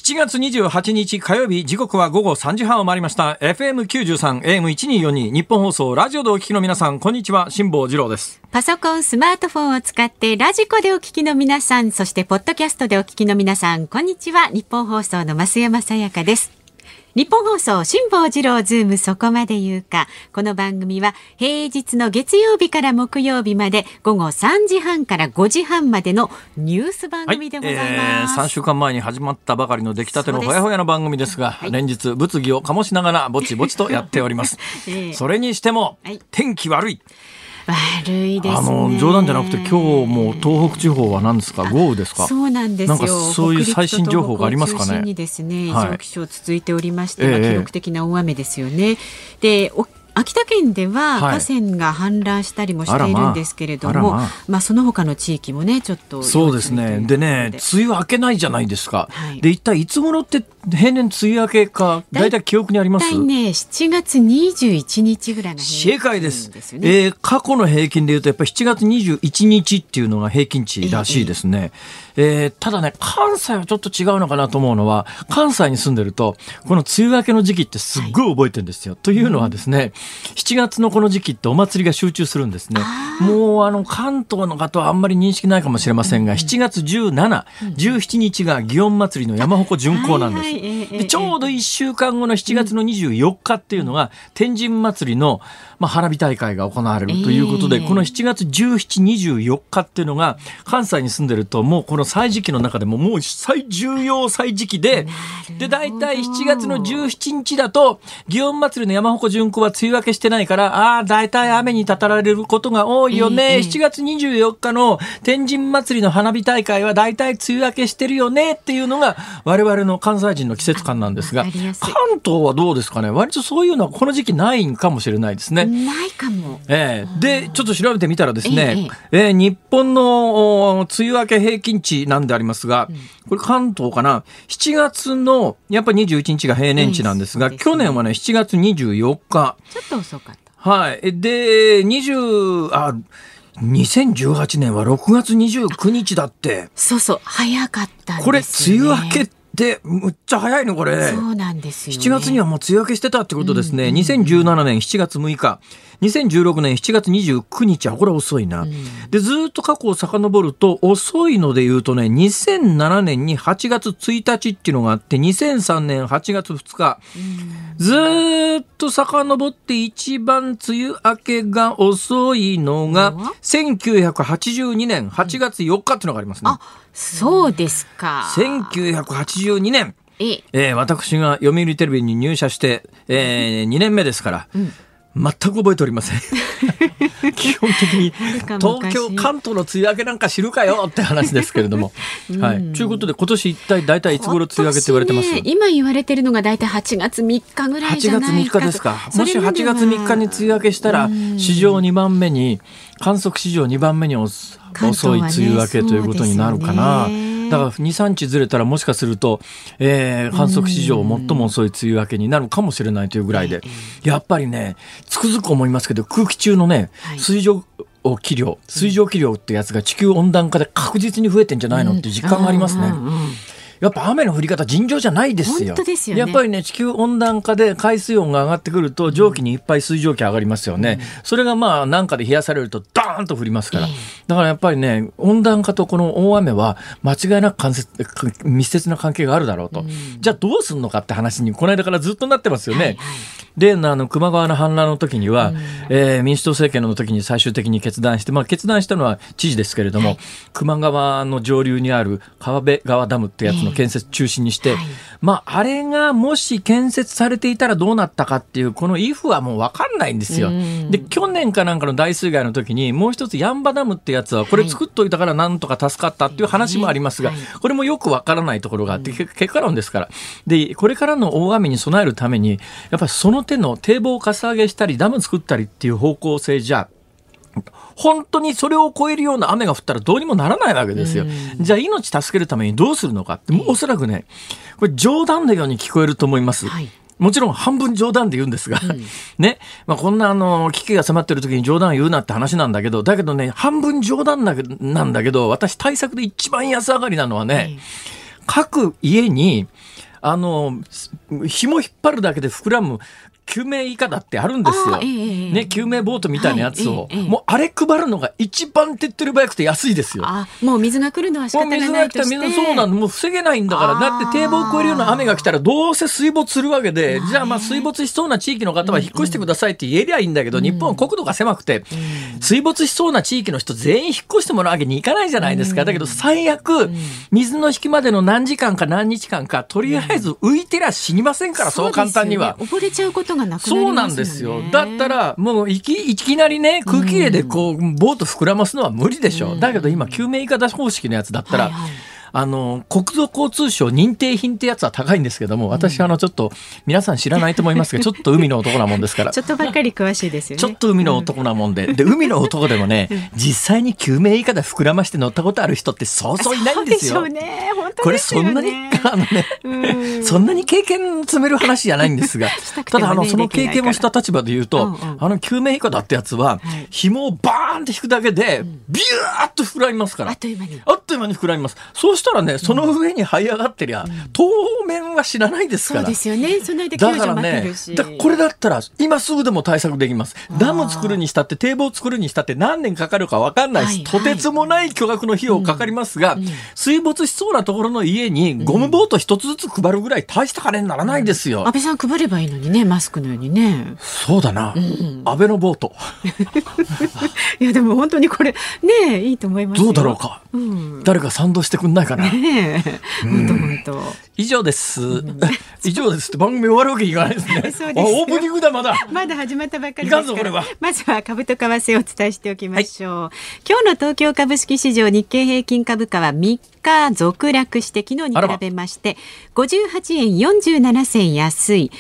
7月28日火曜日、時刻は午後3時半を回りました。 FM93 AM1242 日本放送ラジオでお聞きの皆さん、こんにちは。辛坊治郎です。 パソコン、スマートフォンを使ってラジコでお聞きの皆さん、そしてポッドキャストでお聞きの皆さん、こんにちは。日本放送の増山さやかです。日本放送辛坊治郎ズームそこまで言うか。この番組は平日の月曜日から木曜日まで午後3時半から5時半までのニュース番組でございます。 3週間前に始まったばかりの出来たてのほやほやの番組ですが、連日物議を醸しながらぼちぼちとやっております、それにしても、天気悪いですね。 冗談じゃなくて今日も東北地方は何ですか、豪雨ですか。 そうなんですよ。 なんかそういう最新情報がありますかね。 北陸と東北を中心にですね、異常気象続いておりまして、記録的な大雨ですよね。で、秋田県では河川が氾濫したりもしているんですけれども、その他の地域もねちょっとそうですね。でね、梅雨明けないじゃないですか、で一体いつ頃って平年梅雨明けかだいたい記憶にあります？ 大体ね7月21日ぐらいが正解です。過去の平均でいうとやっぱり7月21日っていうのが平均値らしいですね。ただね、関西はちょっと違うのかなと思うのは、関西に住んでるとこの梅雨明けの時期ってすっごい覚えてるんですよ、というのはですね、7月のこの時期ってお祭りが集中するんですね。もう関東の方はあんまり認識ないかもしれませんが、7月17、17日が祇園祭りの山鉾巡行なんです。でちょうど1週間後の7月の24日っていうのが天神祭りの、花火大会が行われるということで、この7月17、24日っていうのが関西に住んでるともうこの歳時期の中でももう最重要歳時期で、だいたい7月の17日だと祇園祭りの山鉾巡行は梅雨明けしてないから、だいたい雨にたたられることが多いよね、7月24日の天神祭りの花火大会はだいたい梅雨明けしてるよねっていうのが我々の関西人の季節感なんですが、関東はどうですかね。割とそういうのはこの時期ないんかもしれないですね。 ないかも。 でちょっと調べてみたらですね、日本の梅雨明け平均値なんでありますが、これ関東かな、7月のやっぱり21日が平年値なんですが、去年はね7月24日、 ちょっと遅かった。 で2018年は6月29日だって。 そう早かったんですよね。 これ梅雨明けってむっちゃ早いのこれ。 そうなんですよね。 7月にはもう梅雨明けしてたってことですね。2017年7月6日、2016年7月29日はこれ遅いな。でずっと過去を遡ると遅いので言うとね、2007年に8月1日っていうのがあって、2003年8月2日、ずっと遡って一番梅雨明けが遅いのが1982年8月4日っていうのがありますね。 そうですか。 1982年、私が読売テレビに入社して、2年目ですから、全く覚えておりません基本的に東京関東の梅雨明けなんか知るかよって話ですけれども、ということで今年一体大体いつ頃梅雨明けって言われてます？ 今言われてるのが大体8月3日ぐらいじゃないかと。 8月3日ですか。もし8月3日に梅雨明けしたら、史上2番目に、観測史上2番目に遅い梅雨明けということになるかな。だから 2,3 日ずれたらもしかすると、観測史上最も遅い梅雨明けになるかもしれないというぐらいで、やっぱりねつくづく思いますけど、空気中のね水蒸気量ってやつが地球温暖化で確実に増えてんじゃないのっていう実感がありますね。やっぱ雨の降り方尋常じゃないですよ。 本当ですよね。 やっぱりね、地球温暖化で海水温が上がってくると蒸気にいっぱい水蒸気上がりますよね。それがなんかで冷やされるとドーンと降りますから、だからやっぱりね、温暖化とこの大雨は間違いなく密接な関係があるだろうと。じゃあどうすんのかって話にこの間からずっとなってますよね。例の球磨川の氾濫の時には、民主党政権の時に最終的に決断して、決断したのは知事ですけれども、球磨川の上流にある川辺川ダムってやつの建設中心にして、あれがもし建設されていたらどうなったかっていうこのイフはもう分かんないんですよ。で去年かなんかの大水害の時にもう一つヤンバダムってやつはこれ作っといたからなんとか助かったっていう話もありますが、これもよく分からないところがあって、結果論ですから。でこれからの大雨に備えるためにやっぱりその手の堤防をかさ上げしたりダム作ったりっていう方向性じゃ本当にそれを超えるような雨が降ったらどうにもならないわけですよ。じゃあ命助けるためにどうするのかって、おそらくねこれ冗談のように聞こえると思います。もちろん半分冗談で言うんですが、ね、こんな危機が迫ってる時に冗談言うなって話なんだけど、ね、半分冗談なんだけど、私対策で一番安上がりなのはね、各家に紐引っ張るだけで膨らむ救命いかだってあるんですよ、ね、救命ボートみたいなやつを、もうあれ配るのが一番手っ取り早くて安いですよ。 もう水が来るのは仕方がないとして、 そうなの、もう防げないんだから。だって堤防を越えるような雨が来たらどうせ水没するわけで、じゃあまあ水没しそうな地域の方は引っ越してくださいって言えりゃいいんだけど、日本は国土が狭くて、水没しそうな地域の人全員引っ越してもらうわけにいかないじゃないですか。だけど最悪、水の引きまでの何時間か何日間か、とりあえず浮いてりゃ死にませんから、そう簡単には。 溺れちゃうことがなくなりますよね。 そうなんですよ。だったらもういきなりね、空気入れでこうボート膨らますのは無理でしょ。だけど今救命いかだ方式のやつだったら、国土交通省認定品ってやつは高いんですけども、私ちょっと皆さん知らないと思いますが、ちょっと海の男なもんですからちょっとばっかり詳しいですよね。 ちょっと海の男なもんで、海の男でもね、実際に救命いかだ膨らまして乗ったことある人ってそうそういないんですよ。 そうでしょうね。本当これですよね。 そんなにそんなに経験積める話じゃないんですが、ただその経験をした立場で言うと、救命いかだってやつは、紐をバーンって引くだけでビューッと膨らみますから、あっという間に膨らみます。そうしたらね、その上に這い上がってりゃ、当面は知らないですから。 そうですよね。その間救助待ってるし。 だからね、これだったら今すぐでも対策できます。ダム作るにしたって堤防作るにしたって何年かかるか分かんないし、とてつもない巨額の費用かかりますが、水没しそうなところの家にゴムボート一つずつ配るぐらい大した金にならないですよ。 安倍さん配ればいいのにね、マスクのようにね。 そうだな、安倍のボートいやでも本当にこれね、いいと思いますよ。どうだろうか、誰か賛同してくんないかな。 本当以上です、以上ですって番組終わるわけいかないですね。 そうです。 オープニングだ。まだ始まったばっかりですから。 いかんぞこれは。 まずは株と為替をお伝えしておきましょう、今日の東京株式市場、日経平均株価は3日続落して、昨日に比べまして58円47銭安い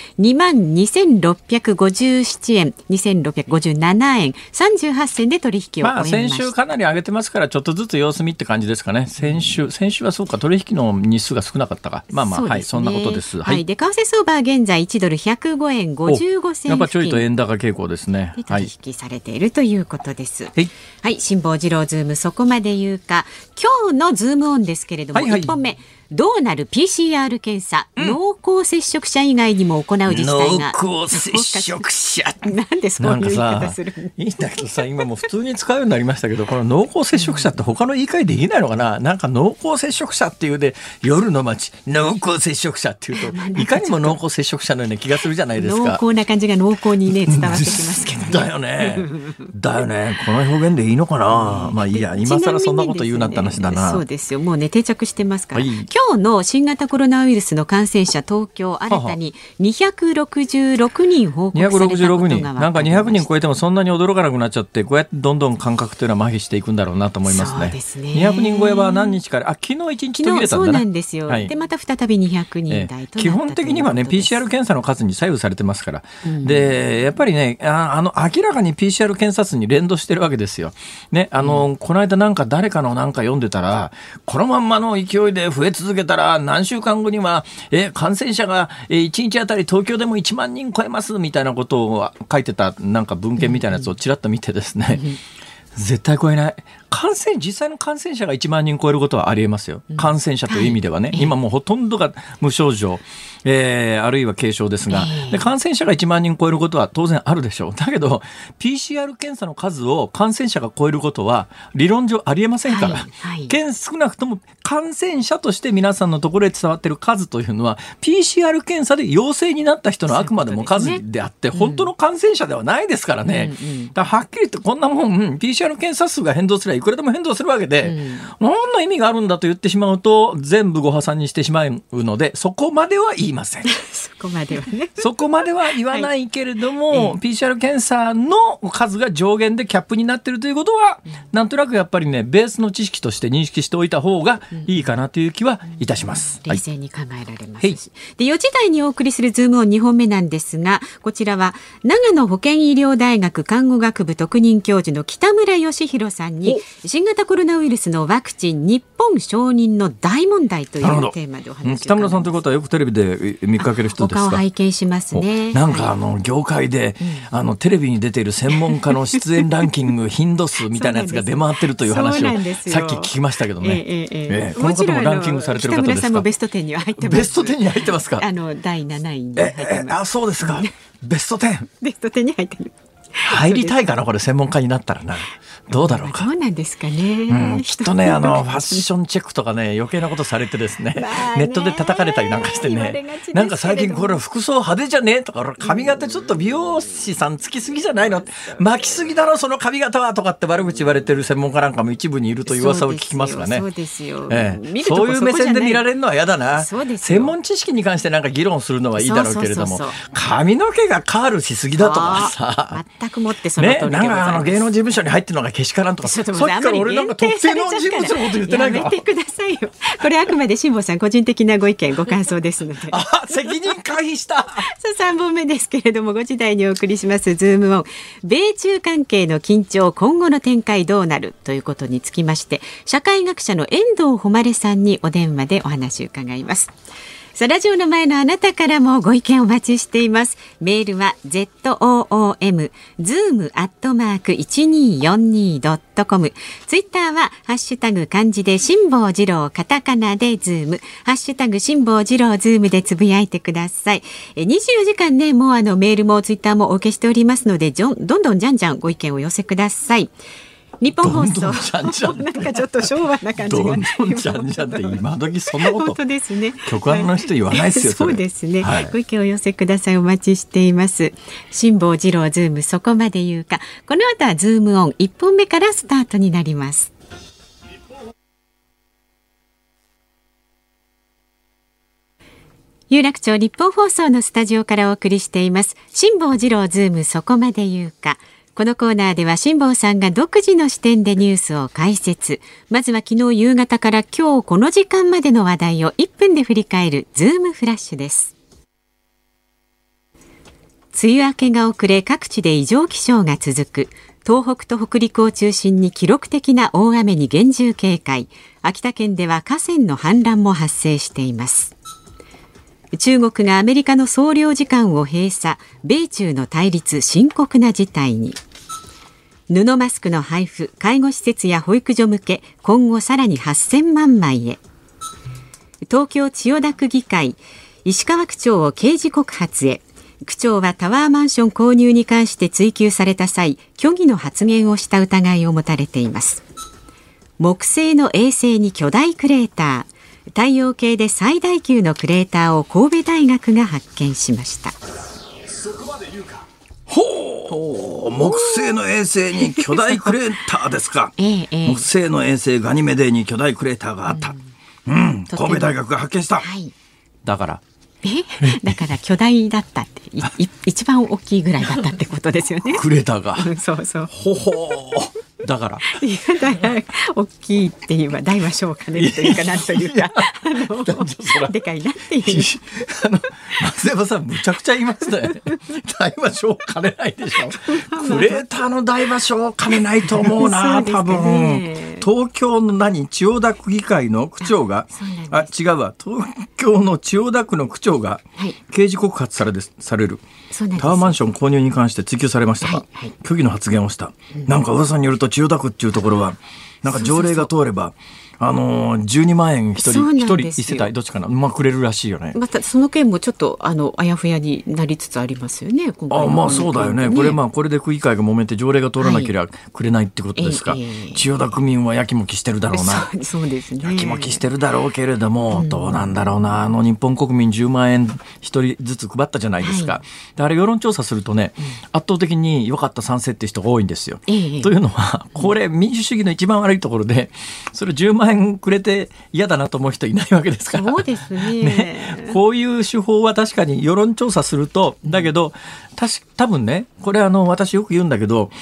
22,657 円2657円38銭で取引を終えました。 先週かなり上げてますから、ちょっとずつ様子見って感じですかね。先週はそうか、取引の日数が少なかったか、そんなことです。 で為替相場は現在1ドル105円55銭やっぱちょいと円高傾向ですね。 取引されているということです。辛坊治郎ズームそこまで言うか。今日のズームオンですけれども、1本目、どうなる PCR 検査、濃厚接触者以外にも行う自治体が。 濃厚接触者なんでそういう言い方するの。 いいんだけどさ、今もう普通に使うようになりましたけど、この濃厚接触者って他の言い換えできないのかな。なんか濃厚接触者っていうで、夜の街濃厚接触者っていうといかにも濃厚接触者のような気がするじゃないですか。 濃厚な感じが濃厚にね伝わってきますけどね。 だよねこの表現でいいのかな。まあいいや、今更そんなこと言うなって話だな。 そうですよ、もうね定着してますから、今日の新型コロナウイルスの感染者、東京新たに266人報告されたことが分かりました。266人、 なんか200人超えてもそんなに驚かなくなっちゃって、こうやってどんどん感覚というのは麻痺していくんだろうなと思いますね。 そうですね。 200人超えは何日から、昨日1日途切れたんだな。 そうなんですよ、でまた再び200人台となったということです。 基本的にはね PCR 検査の数に左右されてますから、でやっぱりね、明らかに PCR 検査数に連動してるわけですよ、ね。この間なんか誰かのなんか読んでたら、このまんまの勢いで増え続けたら何週間後には感染者が1日あたり東京でも1万人超えますみたいなことを書いてたなんか文献みたいなやつをちらっと見てですね、絶対超えない。実際の感染者が1万人超えることはありえますよ。感染者という意味ではね、今もうほとんどが無症状、あるいは軽症ですが、で感染者が1万人超えることは当然あるでしょう。だけど PCR 検査の数を感染者が超えることは理論上ありえませんから、少なくとも感染者として皆さんのところへ伝わっている数というのは PCR 検査で陽性になった人のあくまでも数であって、本当の感染者ではないですからね。だからはっきり言ってこんなもん、PCR 検査数が変動すればいくらでも変動するわけで、何の意味があるんだと言ってしまうと全部ご破産にしてしまうので、そこまでは言いません。 そこまではね。 そこまでは言わないけれども、PCR 検査の数が上限でキャップになっているということは、なんとなくやっぱりね、ベースの知識として認識しておいた方がいいかなという気はいたします。 冷静に考えられますし、で4時台にお送りするズームオン2本目なんですが、こちらは長野保健医療大学看護学部特任教授の北村義弘さんに新型コロナウイルスのワクチン日本承認の大問題というテーマでお話を伺います。 北村さんということはよくテレビで見かける人ですか？ お顔拝見しますね。 なんか業界で、テレビに出ている専門家の出演ランキング頻度数みたいなやつが出回ってるという話をさっき聞きましたけどね。このこともランキングされてる方ですか？北村さんもベスト10には入ってます。 ベスト10に入ってますか？ 第7位に入ってます。 そうですか。ベスト10。 ベスト10に入ってる。 入りたいかな、これ専門家になったらな。どうだろうか。 どうなんですかね。 きっとね、ファッションチェックとかね、余計なことされてですね、ネットで叩かれたりなんかしてね、なんか最近これ服装派手じゃねえとか、髪型ちょっと美容師さんつきすぎじゃないの、巻きすぎだろその髪型はとかって悪口言われてる専門家なんかも一部にいるという噂を聞きますがね。 そうですよ。 そういう目線で見られるのは嫌だな。専門知識に関してなんか議論するのはいいだろうけれども、髪の毛がカールしすぎだとかさ、 全くもってその通りでございます。 なんか芸能事務所に入ってるのがけしからんとか、さっきから俺なんか特定の人物のこと言ってないか。 やめてくださいよ。これあくまで辛坊さん個人的なご意見ご感想ですので。 責任回避した。 さあ3本目ですけれども、5時台にお送りしますズームオン、米中関係の緊張今後の展開どうなるということにつきまして、社会学者の遠藤誉さんにお電話でお話を伺います。さあラジオの前のあなたからもご意見お待ちしています。メールは zoom@1242.com、 ツイッターはハッシュタグ漢字で辛坊治郎、カタカナでズーム、ハッシュタグ辛坊治郎ズームでつぶやいてください。24時間ね、もうメールもツイッターもお受けしておりますので、どんどんじゃんじゃんご意見をお寄せください。日本放送どんどんじゃんじゃんなんかちょっと昭和な感じがどんどんじゃんじゃんって今時そんなこと本当ですね。 局アナの人言わないですよ。 そうですね、 はい、 ご意見をお寄せください。お待ちしています。辛坊治郎ズームそこまで言うか。この後はズームオン1本目からスタートになります。有楽町日本放送のスタジオからお送りしています辛坊治郎ズームそこまで言うか。このコーナーでは辛坊さんが独自の視点でニュースを解説。まずは昨日夕方から今日この時間までの話題を1分で振り返るズームフラッシュです。梅雨明けが遅れ各地で異常気象が続く。東北と北陸を中心に記録的な大雨に厳重警戒。秋田県では河川の氾濫も発生しています。中国がアメリカの総領事館を閉鎖。米中の対立深刻な事態に。布マスクの配布、介護施設や保育所向け今後さらに8000万枚へ。東京千代田区議会、石川区長を刑事告発へ。区長はタワーマンション購入に関して追及された際、虚偽の発言をした疑いを持たれています。木星の衛星に巨大クレーター、太陽系で最大級のクレーターを神戸大学が発見しました。 木星の衛星に巨大クレーターですか。木星の衛星ガニメデに巨大クレーターがあった、神戸大学が発見した、はい、だから巨大だったって一番大きいぐらいだったってことですよね。 クレーターがそうそうだから大きいっていう大は小を兼ねるというかなんというかでかいなっていう松山さんむちゃくちゃ言いますね。大は小を兼ねないでしょ。クレーターの大は小を兼ねないと思うな多分。東京の千代田区議会の区長が違うわ、東京の千代田区の区長が刑事告発されるタワーマンション購入に関して追及されましたが、虚偽の発言をした、なんか噂によると千代田区っていうところはなんか条例が通れば12万円一人一世帯どっちかな、くれるらしいよね。 またその件もちょっとあやふやになりつつありますよね。 そうだよね。これで区議会が揉めて条例が通らなければくれないってことですか。千代田区民はやきもきしてるだろうな。 そうですね。 やきもきしてるだろうけれども、どうなんだろうな。日本国民10万円一人ずつ配ったじゃないですか。であれ世論調査するとね、圧倒的に良かった賛成って人が多いんですよ。というのはこれ民主主義の一番悪いところで、それ10万円くれて嫌だなと思う人いないわけですから。 そうですね。 こういう手法は確かに世論調査すると、だけど多分ね、これ私よく言うんだけど、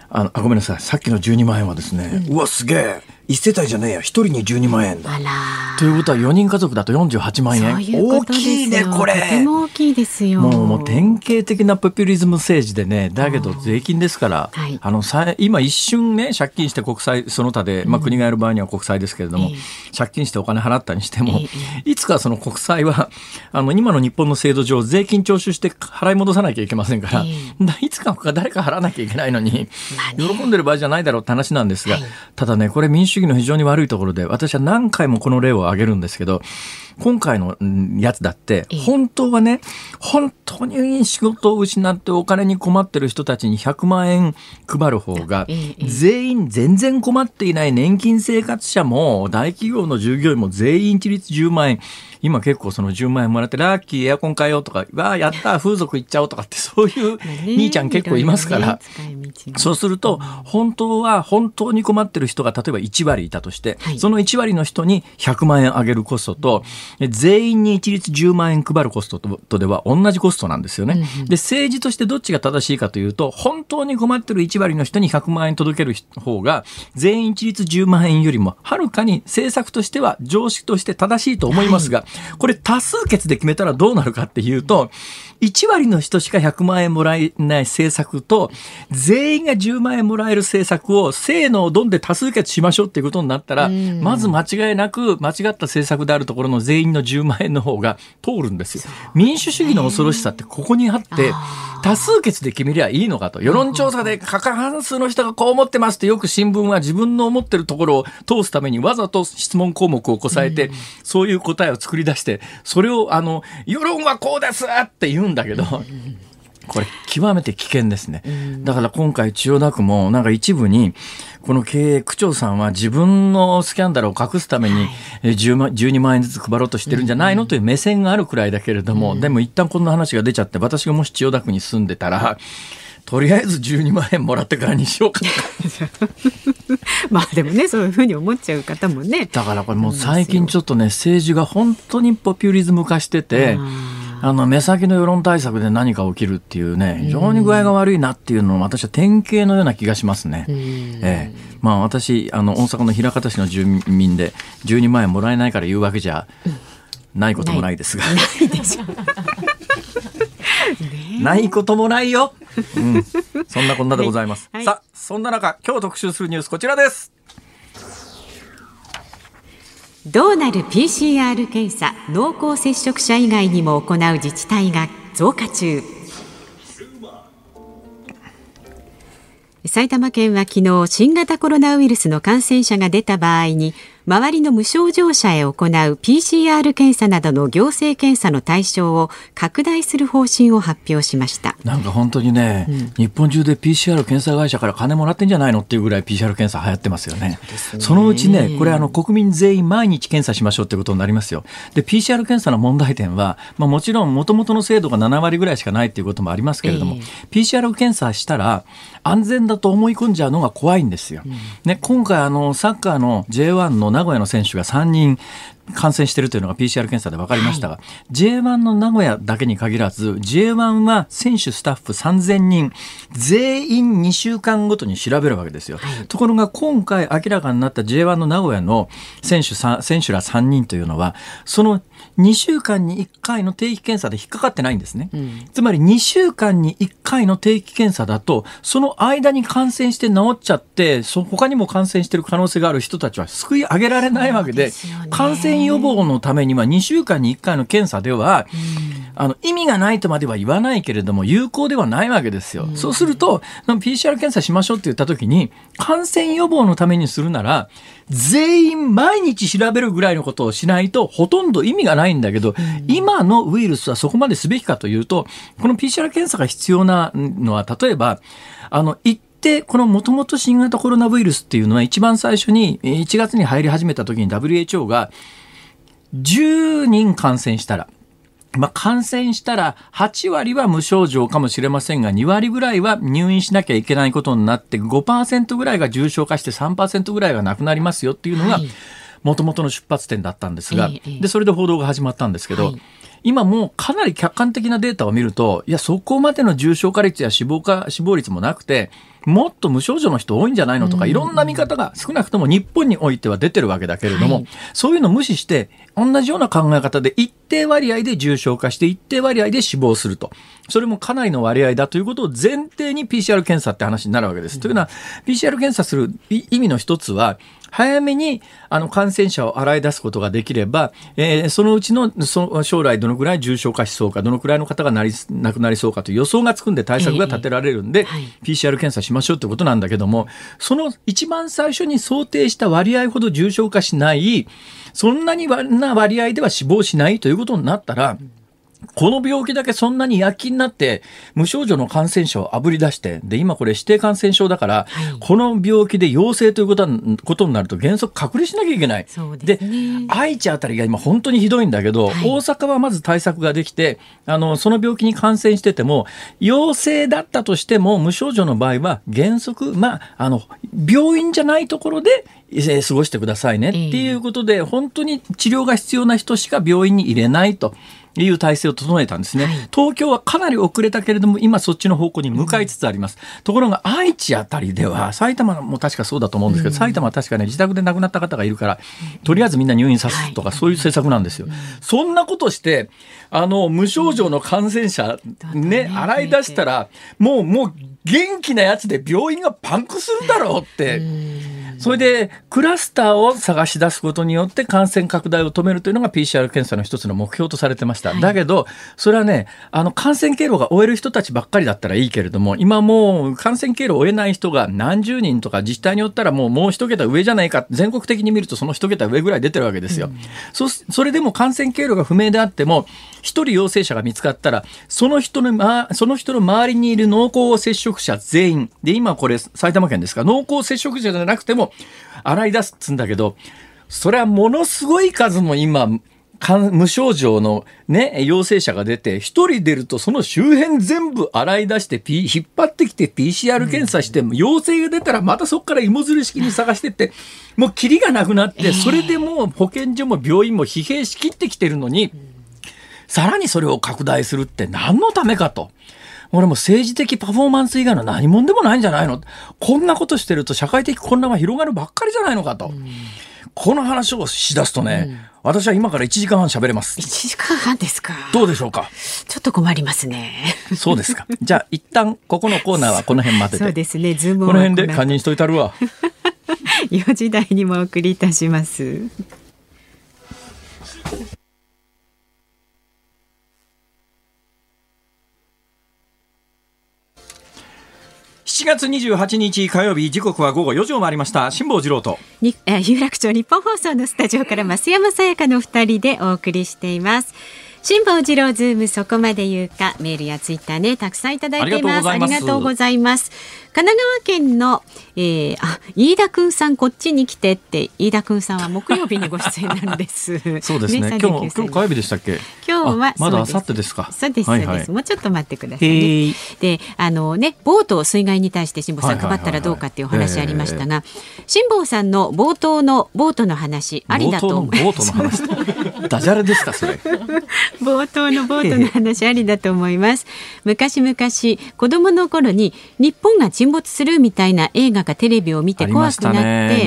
ごめんなさい、さっきの12万円はですね、うわすげえ、一世帯じゃねえや、一人に12万円だ。ということは4人家族だと48万円。大きいねこれ。 とても大きいですよ。 もう典型的なポピュリズム政治でね、だけど税金ですから、今一瞬ね、借金して国債その他で、国がやる場合には国債ですけれども、借金してお金払ったにしても、いつかその国債は今の日本の制度上税金徴収して払い戻さなきゃいけませんから、いつか誰か払わなきゃいけないのに、喜んでる場合じゃないだろうって話なんですが、ただね、これ民主主義の非常に悪いところで、私は何回もこの例を挙げるんですけど、今回のやつだって本当はね、本当に仕事を失ってお金に困ってる人たちに100万円配る方が、全員全然困っていない年金生活者も大企業の従業員も全員一律10万円、今結構その10万円もらってラッキーエアコン買おうとか、わあやった風俗行っちゃおうとかって、そういう兄ちゃん結構いますから、そうすると本当は本当に困ってる人が例えば1割いたとして、その1割の人に100万円あげるコストと、全員に一律10万円配るコストとでは同じコストなんですよね。で、政治としてどっちが正しいかというと、本当に困ってる1割の人に100万円届ける方が全員一律10万円よりもはるかに政策としては常識として正しいと思いますが、これ多数決で決めたらどうなるかっていうと、1割の人しか100万円もらえない政策と、全員が10万円もらえる政策をせーのどんで多数決しましょうっていうことになったら、まず間違いなく間違った政策であるところの全員の10万円の方が通るんですよ。民主主義の恐ろしさってここにあって、多数決で決めりゃいいのかと。世論調査で過半数の人がこう思ってますって、よく新聞は自分の思ってるところを通すためにわざと質問項目をこさえて、そういう答えを作り出して、それを世論はこうですって言うんだけど、これ極めて危険ですね。だから今回千代田区もなんか一部にこの経営区長さんは自分のスキャンダルを隠すために12万円ずつ配ろうとしてるんじゃないのという目線があるくらいだけれども、でも一旦こんな話が出ちゃって、私がもし千代田区に住んでたら、とりあえず12万円もらってからにしようかまあでもね、そういうふうに思っちゃう方もね。 だからこれもう最近ちょっとね、政治が本当にポピュリズム化してて、目先の世論対策で何か起きるっていうね、非常に具合が悪いなっていうのを私は典型のような気がしますね。私大阪の枚方市の住民で12万円もらえないから言うわけじゃないこともないですが、 ないでしょないこともないよ、そんなこんなでございます、さあそんな中今日特集するニュースこちらです。 どうなる PCR 検査、濃厚接触者以外にも行う自治体が増加中。埼玉県は昨日、新型コロナウイルスの感染者が出た場合に周りの無症状者へ行う PCR 検査などの行政検査の対象を拡大する方針を発表しました。 なんか本当にね、日本中で PCR 検査会社から金もらってんじゃないのっていうぐらい PCR 検査流行ってますよね。そのうちね、これ国民全員毎日検査しましょうってことになりますよ。で PCR 検査の問題点は、もちろん元々の精度が7割ぐらいしかないっていうこともありますけれども、PCR 検査したら安全だと思い込んじゃうのが怖いんですよ、今回サッカーの J1 の名古屋の選手が3人感染しているというのが PCR 検査で分かりましたが、J1 の名古屋だけに限らず J1 は選手スタッフ3000人全員2週間ごとに調べるわけですよ、ところが今回明らかになった J1 の名古屋の選手ら3人というのはその2週間に1回の定期検査で引っかかってないんですね、つまり2週間に1回の定期検査だとその間に感染して治っちゃって他にも感染している可能性がある人たちは救い上げられないわけで、感染予防のためには2週間に1回の検査では意味がないとまでは言わないけれども有効ではないわけですよ、そうすると PCR 検査しましょうって言った時に感染予防のためにするなら全員毎日調べるぐらいのことをしないとほとんど意味がないんだけど、今のウイルスはそこまですべきかというと、この PCR 検査が必要なのは例えば一定このもともと新型コロナウイルスっていうのは一番最初に1月に入り始めた時に WHO が10人感染したら感染したら8割は無症状かもしれませんが2割ぐらいは入院しなきゃいけないことになって 5% ぐらいが重症化して 3% ぐらいが亡くなりますよっていうのが、 元々の出発点だったんですが、でそれで報道が始まったんですけど、今もうかなり客観的なデータを見ると、いやそこまでの重症化率や死亡率もなくて、もっと無症状の人多いんじゃないのとか、いろんな見方が少なくとも日本においては出てるわけだけれども、そういうのを無視して同じような考え方で一定割合で重症化して一定割合で死亡すると、それもかなりの割合だということを前提に PCR 検査って話になるわけです。というのは PCR 検査する意味の一つは、早めに感染者を洗い出すことができれば、そのうちの将来どのくらい重症化しそうか、どのくらいの方が亡くなりそうかという予想がつくんで対策が立てられるんで、PCR 検査しましょうということなんだけども、その一番最初に想定した割合ほど重症化しない、そんなにな割合では死亡しないということになったら、この病気だけそんなに躍起になって無症状の感染者をあぶり出して、で今これ指定感染症だから、この病気で陽性ということになると原則隔離しなきゃいけない。で愛知あたりが今本当にひどいんだけど、大阪はまず対策ができて、その病気に感染してても陽性だったとしても無症状の場合は原則、病院じゃないところで過ごしてくださいねっていうことで、本当に治療が必要な人しか病院に入れないという体制を整えたんですね。東京はかなり遅れたけれども今そっちの方向に向かいつつあります。ところが愛知あたりでは、埼玉も確かそうだと思うんですけど、埼玉は確かね自宅で亡くなった方がいるから、とりあえずみんな入院さすとか、そういう政策なんですよ。そんなことして無症状の感染者ね洗い出したら、もう元気なやつで病院がパンクするだろうって、それでクラスターを探し出すことによって感染拡大を止めるというのが PCR 検査の一つの目標とされてました。だけどそれはね、感染経路が追える人たちばっかりだったらいいけれども、今もう感染経路を追えない人が何十人とか、自治体によったらもう一桁上じゃないか、全国的に見るとその一桁上ぐらい出てるわけですよ。それでも感染経路が不明であっても、一人陽性者が見つかったらその人の周りにいる濃厚接触者全員で、今これ埼玉県ですが、濃厚接触者じゃなくても洗い出すっつんだけど、それはものすごい数も今無症状の陽性者が出て、一人出るとその周辺全部洗い出して引っ張ってきて PCR 検査して、陽性が出たらまたそこから芋づる式に探してって、もうキリがなくなって、それでもう保健所も病院も疲弊しきってきてるのに、さらにそれを拡大するって何のためかと。俺も政治的パフォーマンス以外の何者でもないんじゃないの。こんなことしてると社会的混乱は広がるばっかりじゃないのかと。この話をしだすとね、私は今から1時間半喋れます。 1時間半ですか。 どうでしょうか。 ちょっと困りますね。 そうですか。じゃあ一旦ここのコーナーはこの辺待ってて。 そうですね。ズームこの辺で堪忍しといたるわ。 4時台にもお送りいたします。 7月28日火曜日、時刻は午後4時を回りました。辛坊治郎と有楽町日本放送のスタジオから増山さやかの2人でお送りしています。辛坊治郎ズームそこまで言うか、メールやツイッターねたくさんいただいています。ありがとうございます。神奈川県の、飯田くんさんこっちに来てって、飯田くんさんは木曜日にご出演なんです。 そうですね。今日火曜日でしたっけ。 今日はまだ明後日ですか。 そうです、そうです。もうちょっと待ってくださいね。でボートを水害に対して辛坊さん配ったらどうかっていうお話ありましたが、辛坊さんの冒頭のボートの話ありだと思います。 ボートの話ダジャレですかそれ。 冒頭のボートの話ありだと思います。昔々子供の頃に日本が沈没するみたいな映画かテレビを見て怖くなって、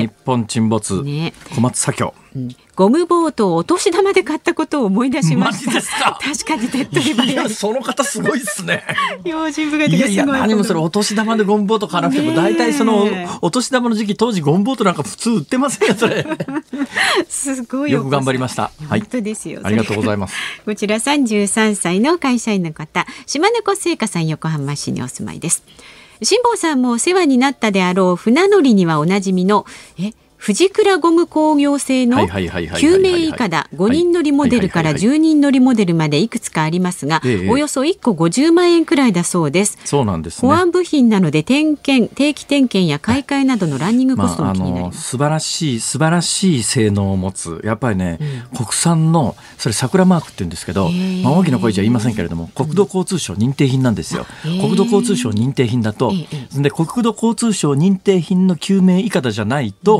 日本沈没、小松左京、 ゴムボートをお年玉で買ったことを思い出しました。 マジですか。 確かに手っ取り早い。 その方すごいですね。 用心深いとかすごい。 いや何もそれお年玉でゴムボート買わなくても、大体そのお年玉の時期、当時ゴムボートなんか普通売ってませんよそれ。 すごいよく頑張りました。 本当ですよ。 ありがとうございます。 こちら33歳の会社員の方、島根子製菓さん、横浜市にお住まいです。辛坊さんもお世話になったであろう船乗りにはおなじみの藤倉ゴム工業製の救命いかだ5人乗りモデルから10人乗りモデルまでいくつかありますが、およそ1個50万円くらいだそうです。 そうなんですね。 保安部品なので定期点検や買い替えなどなどのランニングコストも気になります。 素晴らしい性能を持つ、やっぱりね、国産のそれ桜マークって言うんですけど、大きな声じゃ言いませんけれども、国土交通省認定品なんですよ。国土交通省認定品だと、で国土交通省認定品の救命いかだじゃないと、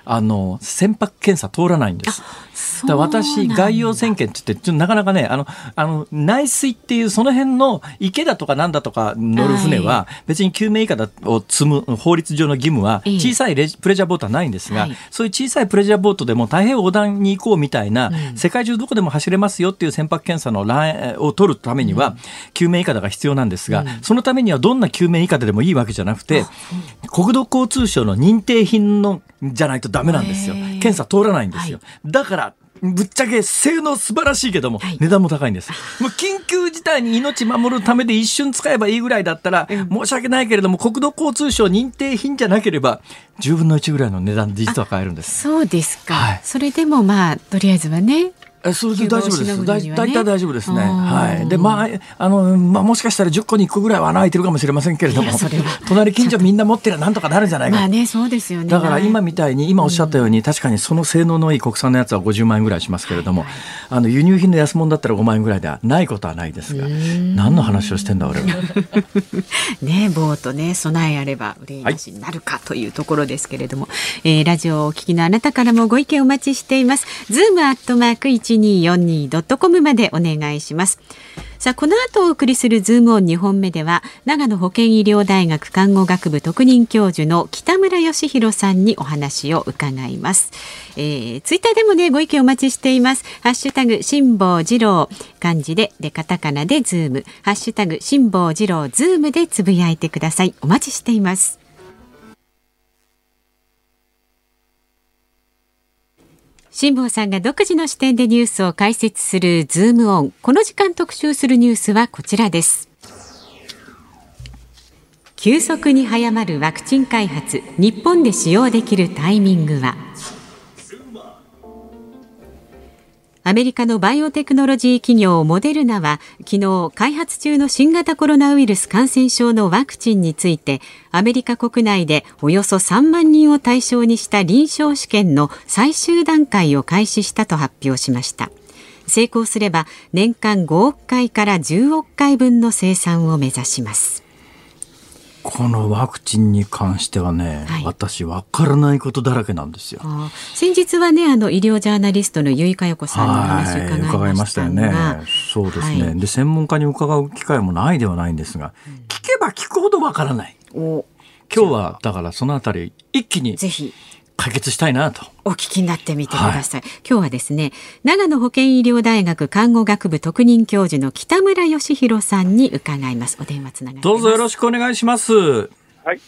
船舶検査通らないんです。だから私外洋船検って言ってなかなかね内水っていうその辺の池だとかなんだとか乗る船は別に救命いかだを積む法律上の義務は小さいプレジャーボートはないんですが、そういう小さいプレジャーボートでも太平洋横断に行こうみたいな、世界中どこでも走れますよっていう船舶検査のを取るためには救命いかだが必要なんですが、そのためにはどんな救命いかだでもいいわけじゃなくて、国土交通省の認定品のじゃないとダメなんですよ。検査通らないんですよ。だからぶっちゃけ性能素晴らしいけども、値段も高いんです。もう緊急事態に命守るためで一瞬使えばいいぐらいだったら、申し訳ないけれども国土交通省認定品じゃなければ10分の1ぐらいの値段で実は買えるんです。 そうですか、それでもとりあえずはねそれで大丈夫です。大体大丈夫ですね。でもしかしたら10個に1個ぐらいは穴開いてるかもしれませんけれども、隣近所みんな持ってりゃなんとかなるんじゃないか。 そうですよね。 だから今みたいに今おっしゃったように、確かにその性能のいい国産のやつは50万円ぐらいしますけれども、輸入品の安物だったら5万円ぐらいではないことはないですが、何の話をしてんだ俺は。 ボートね、備えあれば憂いなしになるかというところですけれども、ラジオをお聞きのあなたからもご意見お待ちしています。zoom@1242.com までお願いします。さあ、この後お送りするズームオン2本目では、長野保健医療大学看護学部特任教授の北村義弘さんにお話を伺います。ツイッターでもね、ご意見お待ちしています。ハッシュタグ辛坊治郎、漢字でカタカナでズーム、ハッシュタグ辛坊治郎ズームでつぶやいてください。お待ちしています。辛坊さんが独自の視点でニュースを解説するズームオン。この時間特集するニュースはこちらです。急速に早まるワクチン開発、日本で使用できるタイミングは。アメリカのバイオテクノロジー企業モデルナは昨日、開発中の新型コロナウイルス感染症のワクチンについて、アメリカ国内でおよそ3万人を対象にした臨床試験の最終段階を開始したと発表しました。成功すれば年間5億回から10億回分の生産を目指します。 このワクチンに関してはね、私分からないことだらけなんですよ。 先日はね、医療ジャーナリストの由井佳代子さんの話を伺いましたが、 そうですね、で専門家に伺う機会もないではないんですが、聞けば聞くほど分からない。今日はだからそのあたり一気にぜひ解決したいなとお聞きになってみてください。今日はですね、長野保健医療大学看護学部特任教授の北村義弘さんに伺います。お電話つながってます。 どうぞよろしくお願いします。 はい、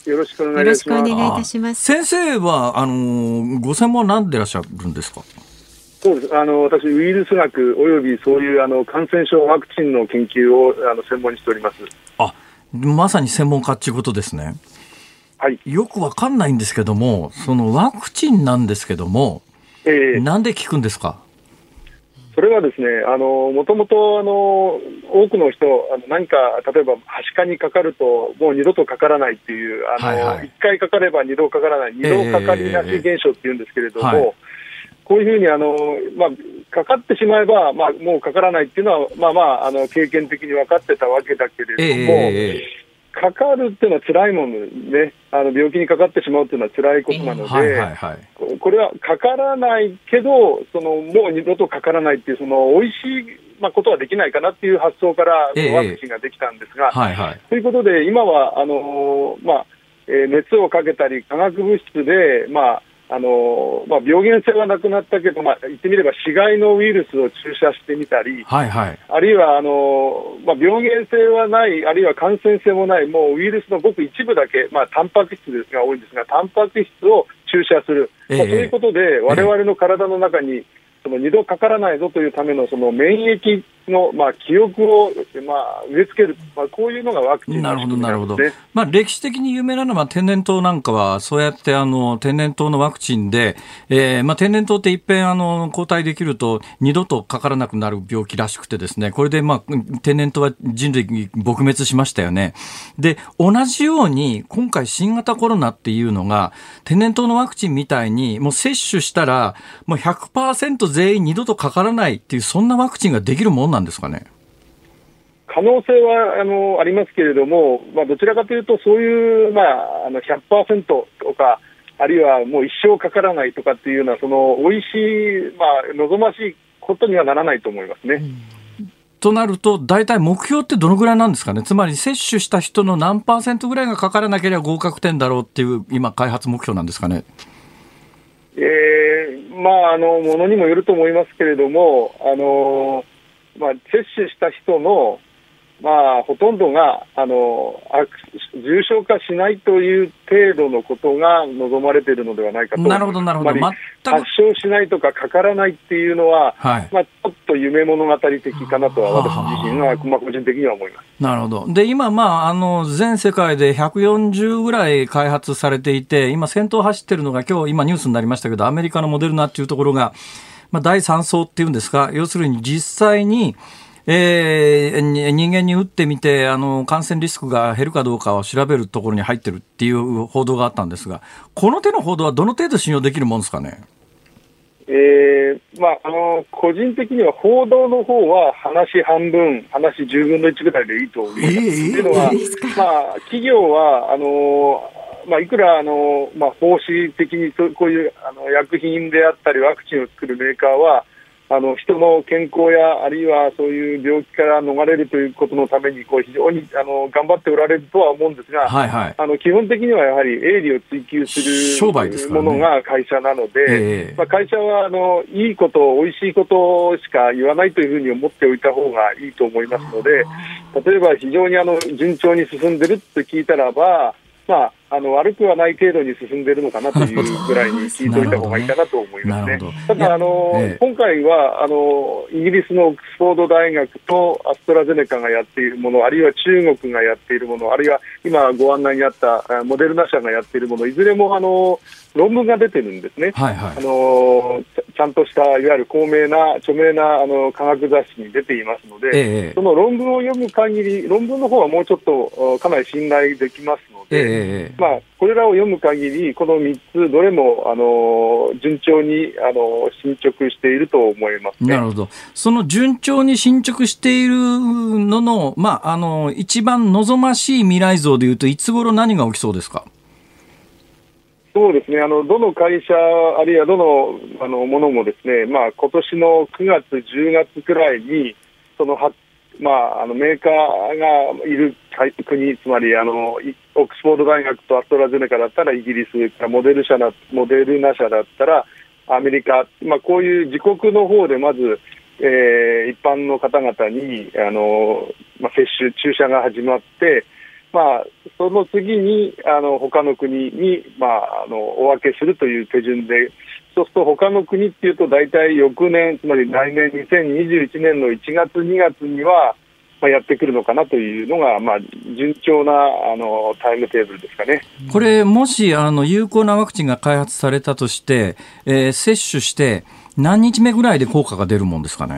よろしくお願いいたします。 先生はご専門は何でいらっしゃるんですか？ そうです。私ウイルス学およびそういう感染症ワクチンの研究を専門にしております。 まさに専門家っていうことですね。よくわかんないんですけども、そのワクチンなんですけども、なんで効くんですか？ それはですね、もともと多くの人何か例えばはしかにかかるともう二度とかからないっていう1回かかれば二度かからない、二度かかりなし現象っていうんですけれども、こういうふうにかかってしまえば、もうかからないっていうのは経験的に分かってたわけだけれども、かかるっていうのは辛いものね、病気にかかってしまうっていうのは辛いことなので、これはかからないけどもう二度とかからないっていう美味しいことはできないかなっていう発想からワクチンができたんですが、ということで今は熱をかけたり化学物質で病原性はなくなったけど、言ってみれば死骸のウイルスを注射してみたり、あるいは病原性はない、あるいは感染性もない、もうウイルスのごく一部だけ、タンパク質が多いんですが、タンパク質を注射する、そういうことで我々の体の中に二度かからないぞというための免疫の記憶を植え付ける、こういうのがワクチンの仕組みなんですね。 歴史的に有名なのは天然痘なんかはそうやって天然痘のワクチンで、天然痘って一遍抗体できると二度とかからなくなる病気らしくてですね、これで天然痘は人類撲滅しましたよね。で同じように今回新型コロナっていうのが天然痘のワクチンみたいにもう接種したらもう 100% 全員二度とかからないっていう、そんなワクチンができるもんなんですかね？ 可能性はありますけれども、どちらかというとそういう100% とかあるいはもう一生かからないとかっていうような、その美味しい、望ましいことにはならないと思いますね。 となると、大体目標ってどのぐらいなんですかね。つまり接種した人の何%ぐらいがかからなければ合格点だろうっていう今開発目標なんですかね。 ものにもよると思いますけれども、接種した人のほとんどが重症化しないという程度のことが望まれているのではないかと思います。 なるほどなるほど。 発症しないとかかからないっていうのは、ちょっと夢物語的かなとは私自身は、個人的には思います。 なるほど。で今、全世界で140ぐらい開発されていて、今先頭走ってるのが、今ニュースになりましたけど、アメリカのモデルナっていうところが、第3相っていうんですか、要するに実際に人間に打ってみて感染リスクが減るかどうかを調べるところに入ってるっていう報道があったんですが、この手の報道はどの程度信用できるものですかね。 個人的には報道の方は話半分、話10分の1ぐらいでいいと思います。というのは、企業はいくら奉仕的にこういう薬品であったりワクチンを作るメーカーは人の健康やあるいはそういう病気から逃れるということのために非常に頑張っておられるとは思うんですが、基本的にはやはり営利を追求するものが会社なので、会社はいいこと、おいしいことしか言わないというふうに思っておいた方がいいと思いますので、例えば非常に順調に進んでるって聞いたらば、悪くはない程度に進んでいるのかなというぐらいに聞いておいた方がいいかなと思いますね。ただ今回はイギリスのオックスフォード大学とアストラゼネカがやっているもの、あるいは中国がやっているもの、あるいは今ご案内にあったモデルナ社がやっているもの、いずれも論文が出てるんですね。ちゃんとしたいわゆる高名な著名な科学雑誌に出ていますので、その論文を読む限り、論文の方はもうちょっとかなり信頼できますので、これらを読む限りこの3つどれも順調に進捗していると思いますね。 なるほど。その順調に進捗しているのの、一番望ましい未来像でいうといつ頃何が起きそうですか。 そうですね、どの会社あるいはどのものもですね、今年の9月10月くらいにそのメーカーがいる国、つまりオックスフォード大学とアストラゼネカだったらイギリス、モデルナ社だったらアメリカ、こういう自国の方でまず、一般の方々に接種、注射が始まって、その次に他の国に、お分けするという手順で、そうすると他の国っていうと大体翌年、つまり来年2021年の1月2月にはやってくるのかなというのが、順調なタイムテーブルですかね。 これもし有効なワクチンが開発されたとして、接種して何日目ぐらいで効果が出るもんですかね。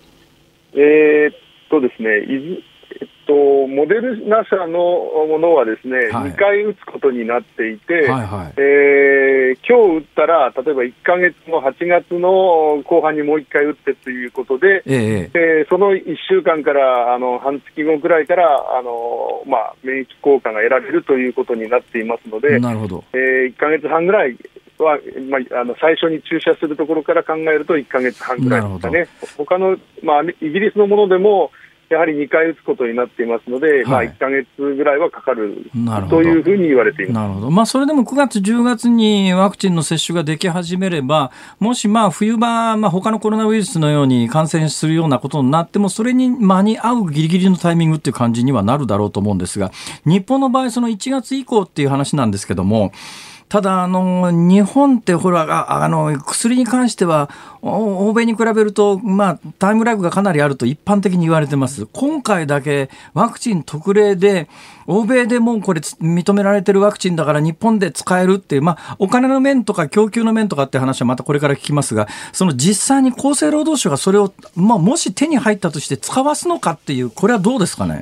ですね、モデルナ社のものはですね、2回打つことになっていて、今日打ったら例えば1ヶ月の8月の後半にもう1回打ってということで、その1週間から半月後くらいから免疫効果が得られるということになっていますので、1ヶ月半ぐらいは、最初に注射するところから考えると1ヶ月半ぐらいですかね。他の、イギリスのものでもやはり2回打つことになっていますので、1ヶ月ぐらいはかかるというふうに言われています。 なるほど。それでも9月、10月にワクチンの接種ができ始めれば、もし冬場、他のコロナウイルスのように感染するようなことになっても、それに間に合うギリギリのタイミングっていう感じにはなるだろうと思うんですが、日本の場合、その1月以降っていう話なんですけども、ただ日本ってほら薬に関しては欧米に比べると、タイムラグがかなりあると一般的に言われてます。今回だけワクチン特例で欧米でもこれ認められてるワクチンだから日本で使えるっていう、お金の面とか供給の面とかって話はまたこれから聞きますが、その実際に厚生労働省がそれを、もし手に入ったとして使わすのかっていう、これはどうですかね。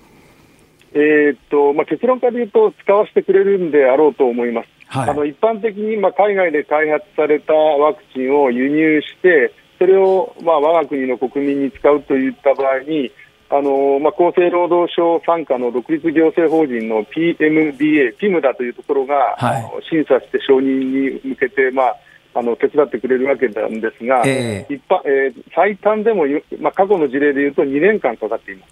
結論から言うと使わせてくれるんであろうと思います。一般的に海外で開発されたワクチンを輸入して、それを我が国の国民に使うといった場合に、 厚生労働省傘下の独立行政法人の PMDA、PIMDA というところが、審査して承認に向けて、手伝ってくれるわけなんですが、最短でも、過去の事例でいうと2年間かかっています。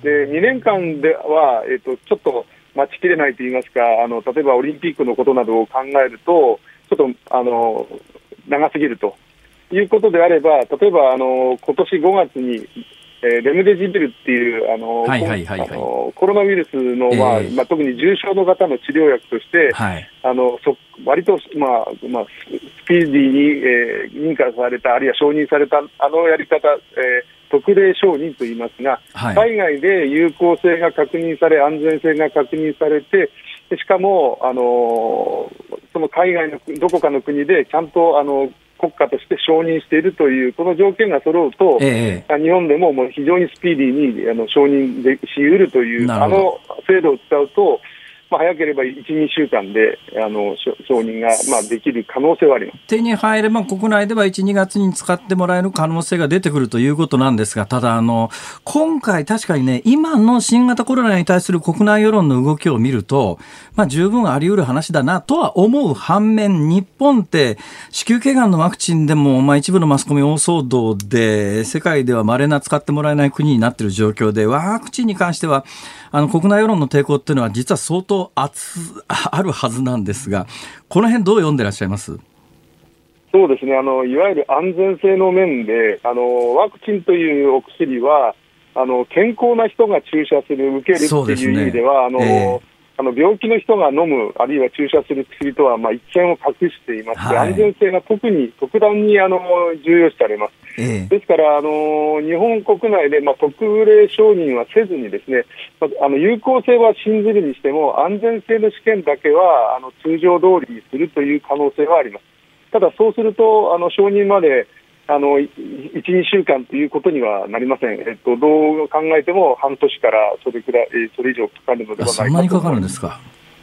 で2年間では、ちょっと待ちきれないといいますか、例えばオリンピックのことなどを考えると、ちょっと長すぎるということであれば、例えば今年5月にレムデジビルっていうコロナウイルスの、特に重症の方の治療薬として、割と、スピーディーに認可された、あるいは承認されたやり方、特例承認といいますが、海外で有効性が確認され、安全性が確認されて、しかもその海外のどこかの国でちゃんと国家として承認しているというこの条件が揃うと、日本でも非常にスピーディーに承認し得るという制度を使うと、早ければ1、2週間で承認ができる可能性はあります。 手に入れば国内では1、2月に使ってもらえる可能性が出てくるということなんですが、ただ今回確かにね、今の新型コロナに対する国内世論の動きを見ると、十分あり得る話だなとは思う反面、日本って子宮頸がんのワクチンでも、一部のマスコミ大騒動で世界では稀な使ってもらえない国になっている状況で、ワクチンに関しては国内世論の抵抗っていうのは実は相当あるはずなんですが、この辺どう読んでらっしゃいます？ そうですね、いわゆる安全性の面でワクチンというお薬は健康な人が注射する、受けるという意味では、病気の人が飲む、あるいは注射する薬とは一線を画していまして、安全性が特段に重要視されます。ですから日本国内で特例承認はせずにですね、有効性は信じるにしても安全性の試験だけは通常通りにするという可能性はあります。ただそうすると承認まで1、2週間ということにはなりません。どう考えても半年からそれ以上かかるのではないかと思います。 そんなにかかるんですか。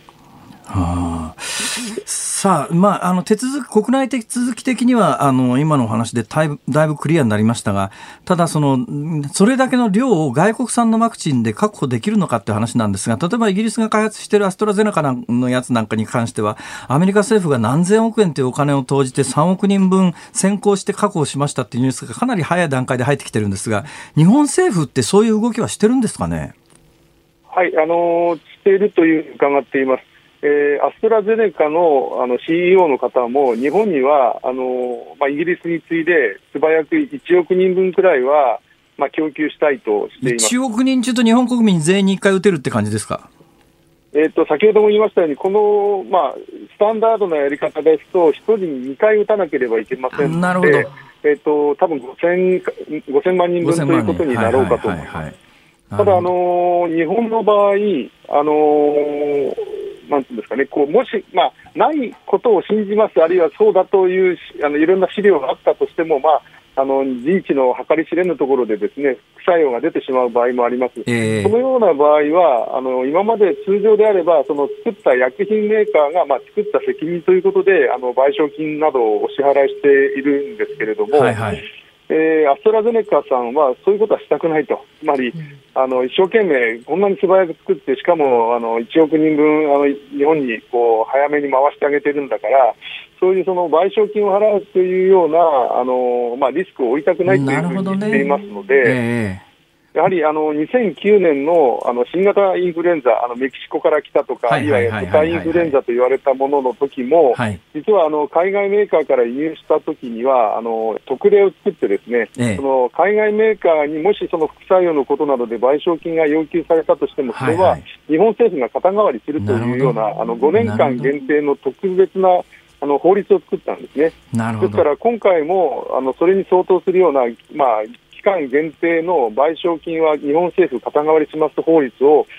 さあ、国内手続き的には今のお話でだいぶクリアになりましたが、ただそれだけの量を外国産のワクチンで確保できるのかっていう話なんですが、例えばイギリスが開発しているアストラゼネカのやつなんかに関しては、アメリカ政府が何千億円というお金を投じて3億人分先行して確保しましたっていうニュースがかなり早い段階で入ってきてるんですが、日本政府ってそういう動きはしてるんですかね？ はい、しているという伺っています。アストラゼネカのCEO の方も日本にはイギリスに次いで素早く1億人分くらいは供給したいとしています。 1億人中と日本国民全員に1回打てるって感じですか？ 先ほども言いましたように、この、スタンダードなやり方ですと1人に2回打たなければいけませんので、多分5000万人分ということになろうかと思います。ただ日本の場合なんていうんですかね、もし、ないことを信じます、あるいはそうだといういろんな資料があったとしても、人知の計り知れぬところでですね、副作用が出てしまう場合もあります。そのような場合は今まで通常であれば作った薬品メーカーが作った責任ということで賠償金などをお支払いしているんですけれども、アストラゼネカさんはそういうことはしたくないと。つまり一生懸命こんなに素早く作って、しかも1億人分日本に早めに回してあげてるんだから、そういう賠償金を払うというようなリスクを負いたくないというふうに言っていますので、やはり2009年の新型インフルエンザ、メキシコから来たとか、あるいはスパインフルエンザと言われたものの時も、実は海外メーカーから輸入した時には特例を作ってですね、その海外メーカーにもしその副作用のことなどで賠償金が要求されたとしても、それは日本政府が肩代わりするというような5年間限定の特別な法律を作ったんですね。ですから今回もそれに相当するような、期間限定の賠償金は日本政府肩代わりします法律を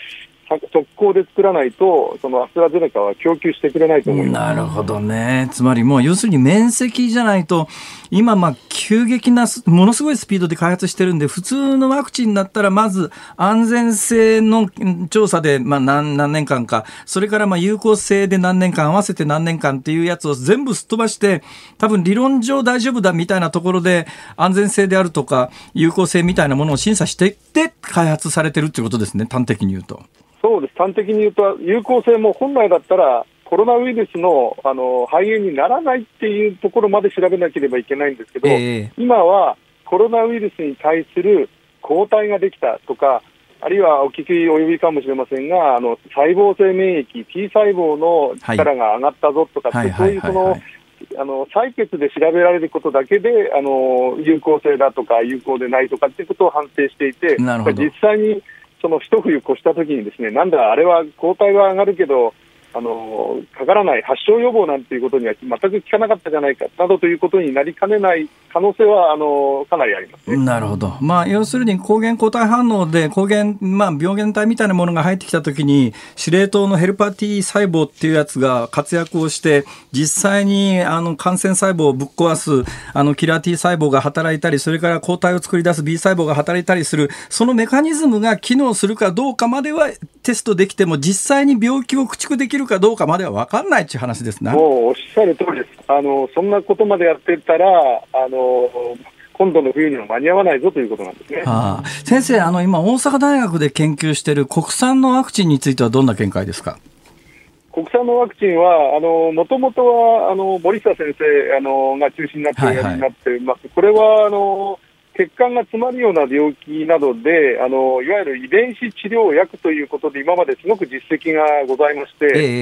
速攻で作らないと、そのアストラゼネカは供給してくれないと思います。 なるほどね。つまりもう要するに面積じゃないと、今急激なものすごいスピードで開発してるんで、普通のワクチンだったらまず安全性の調査で何年間か、それから有効性で何年間、合わせて何年間っていうやつを全部すっ飛ばして、多分理論上大丈夫だみたいなところで安全性であるとか有効性みたいなものを審査していって開発されてるっていうことですね、端的に言うと。 そうです。端的に言うと、有効性も本来だったらコロナウイルスの、肺炎にならないっていうところまで調べなければいけないんですけど、今はコロナウイルスに対する抗体ができたとか、あるいはお聞き及びかもしれませんが、細胞性免疫 T 細胞の力が上がったぞとか、そういう採血で調べられることだけで有効性だとか有効でないとかっていうことを判定していて、実際にその一冬越したときにですね、なんだあれは抗体は上がるけどかからない、発症予防なんていうことには全く効かなかったじゃないかなどということになりかねない可能性はかなりありますね。 なるほど。要するに抗原抗体反応で病原体みたいなものが入ってきたときに、司令塔のヘルパー T 細胞っていうやつが活躍をして、実際に感染細胞をぶっ壊すキラー T 細胞が働いたり、それから抗体を作り出す B 細胞が働いたりする、そのメカニズムが機能するかどうかまではテストできても、実際に病気を駆逐できるかどうかまでは分かんないっていう話ですね。 もうおっしゃる通りです。そんなことまでやってたら今度の冬には間に合わないぞということなんですね。 先生、今大阪大学で研究している国産のワクチンについてはどんな見解ですか？ 国産のワクチンはもともとは森下先生が中心になっておやりになっています。これは血管が詰まるような病気などでいわゆる遺伝子治療薬ということで今まですごく実績がございまして、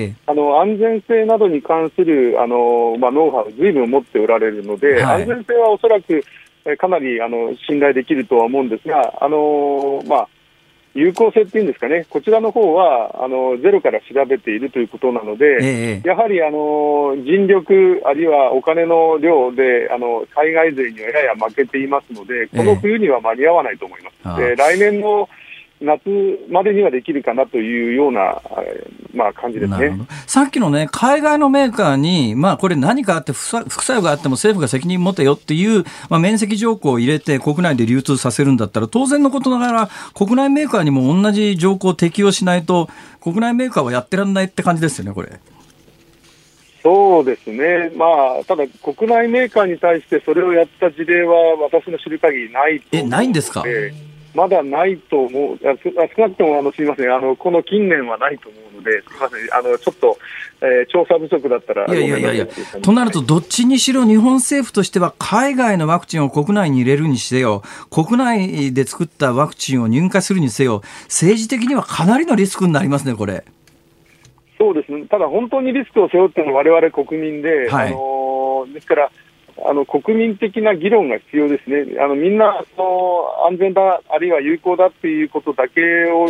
安全性などに関するノウハウを随分持っておられるので、安全性はおそらくかなり信頼できるとは思うんですが、有効性っていうんですかね、こちらの方はゼロから調べているということなので、やはり人力あるいはお金の量で海外勢にはやや負けていますので、この冬には間に合わないと思います。で、来年の夏までにはできるかなというような、感じですね。 さっきのね、海外のメーカーに、これ何かあって副作用があっても政府が責任持てよっていう、免責条項を入れて国内で流通させるんだったら、当然のことながら国内メーカーにも同じ条項を適用しないと、国内メーカーはやってらんないって感じですよね、これ。 そうですね。ただ国内メーカーに対してそれをやった事例は私の知る限りないと思うので。 ないんですか？ まだないと思う。少なくともすみません。この近年はないと思うので、すみません。ちょっと、調査不足だったら。 いや。となると、どっちにしろ日本政府としては海外のワクチンを国内に入れるにせよ、国内で作ったワクチンを入荷するにせよ、政治的にはかなりのリスクになりますね、これ。 そうですね。ただ本当にリスクを背負っているのは我々国民で、ですから国民的な議論が必要ですね。みんな安全だあるいは有効だっていうことだけを、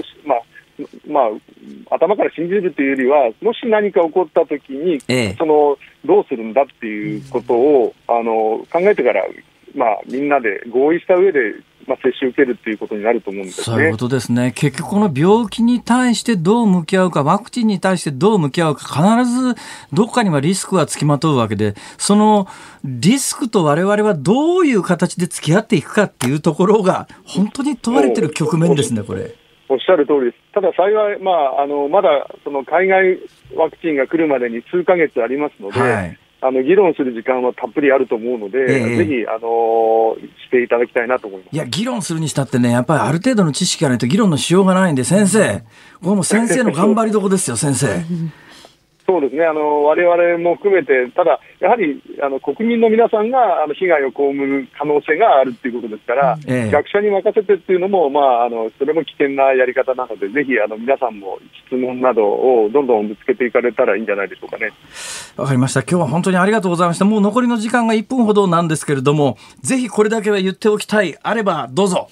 頭から信じるというよりは、もし何か起こったときに、どうするんだっていうことを考えてから、みんなで合意した上で接種受けるということになると思うんですね。 そういうことですね。結局この病気に対してどう向き合うか、ワクチンに対してどう向き合うか、必ずどこかにはリスクはつきまとうわけで、そのリスクと我々はどういう形で付き合っていくかっていうところが本当に問われている局面ですね、これ。 おっしゃる通りです。ただ幸い、まだその海外ワクチンが来るまでに数ヶ月ありますので、議論する時間はたっぷりあると思うので、ぜひしていただきたいなと思います。 いや、議論するにしたってね、やっぱりある程度の知識がないと議論のしようがないんで、先生、これも先生の頑張りどこですよ、先生。 そうですね。我々も含めて、ただやはり国民の皆さんが被害を被る可能性があるということですから、学者に任せてっていうのもそれも危険なやり方なので、ぜひ皆さんも質問などをどんどんぶつけていかれたらいいんじゃないでしょうかね。 わかりました。今日は本当にありがとうございました。もう残りの時間が1分ほどなんですけれども、ぜひこれだけは言っておきたい、あればどうぞ。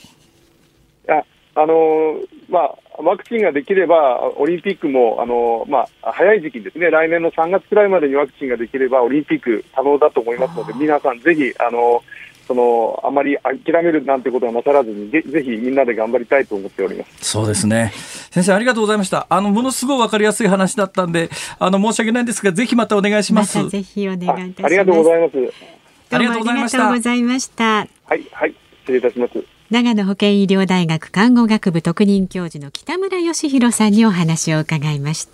ワクチンができればオリンピックも早い時期にですね、来年の3月くらいまでにワクチンができればオリンピック可能だと思いますので、皆さんぜひあまり諦めるなんてことはなさらずに、ぜひみんなで頑張りたいと思っております。 そうですね。先生ありがとうございました。ものすごい分かりやすい話だったんで、申し訳ないんですが、ぜひまたお願いします。 またぜひお願いいたします。 ありがとうございます。 ありがとうございました。はい、 失礼いたします。 長野保健医療大学看護学部特任教授の北村義弘さんにお話を伺いました。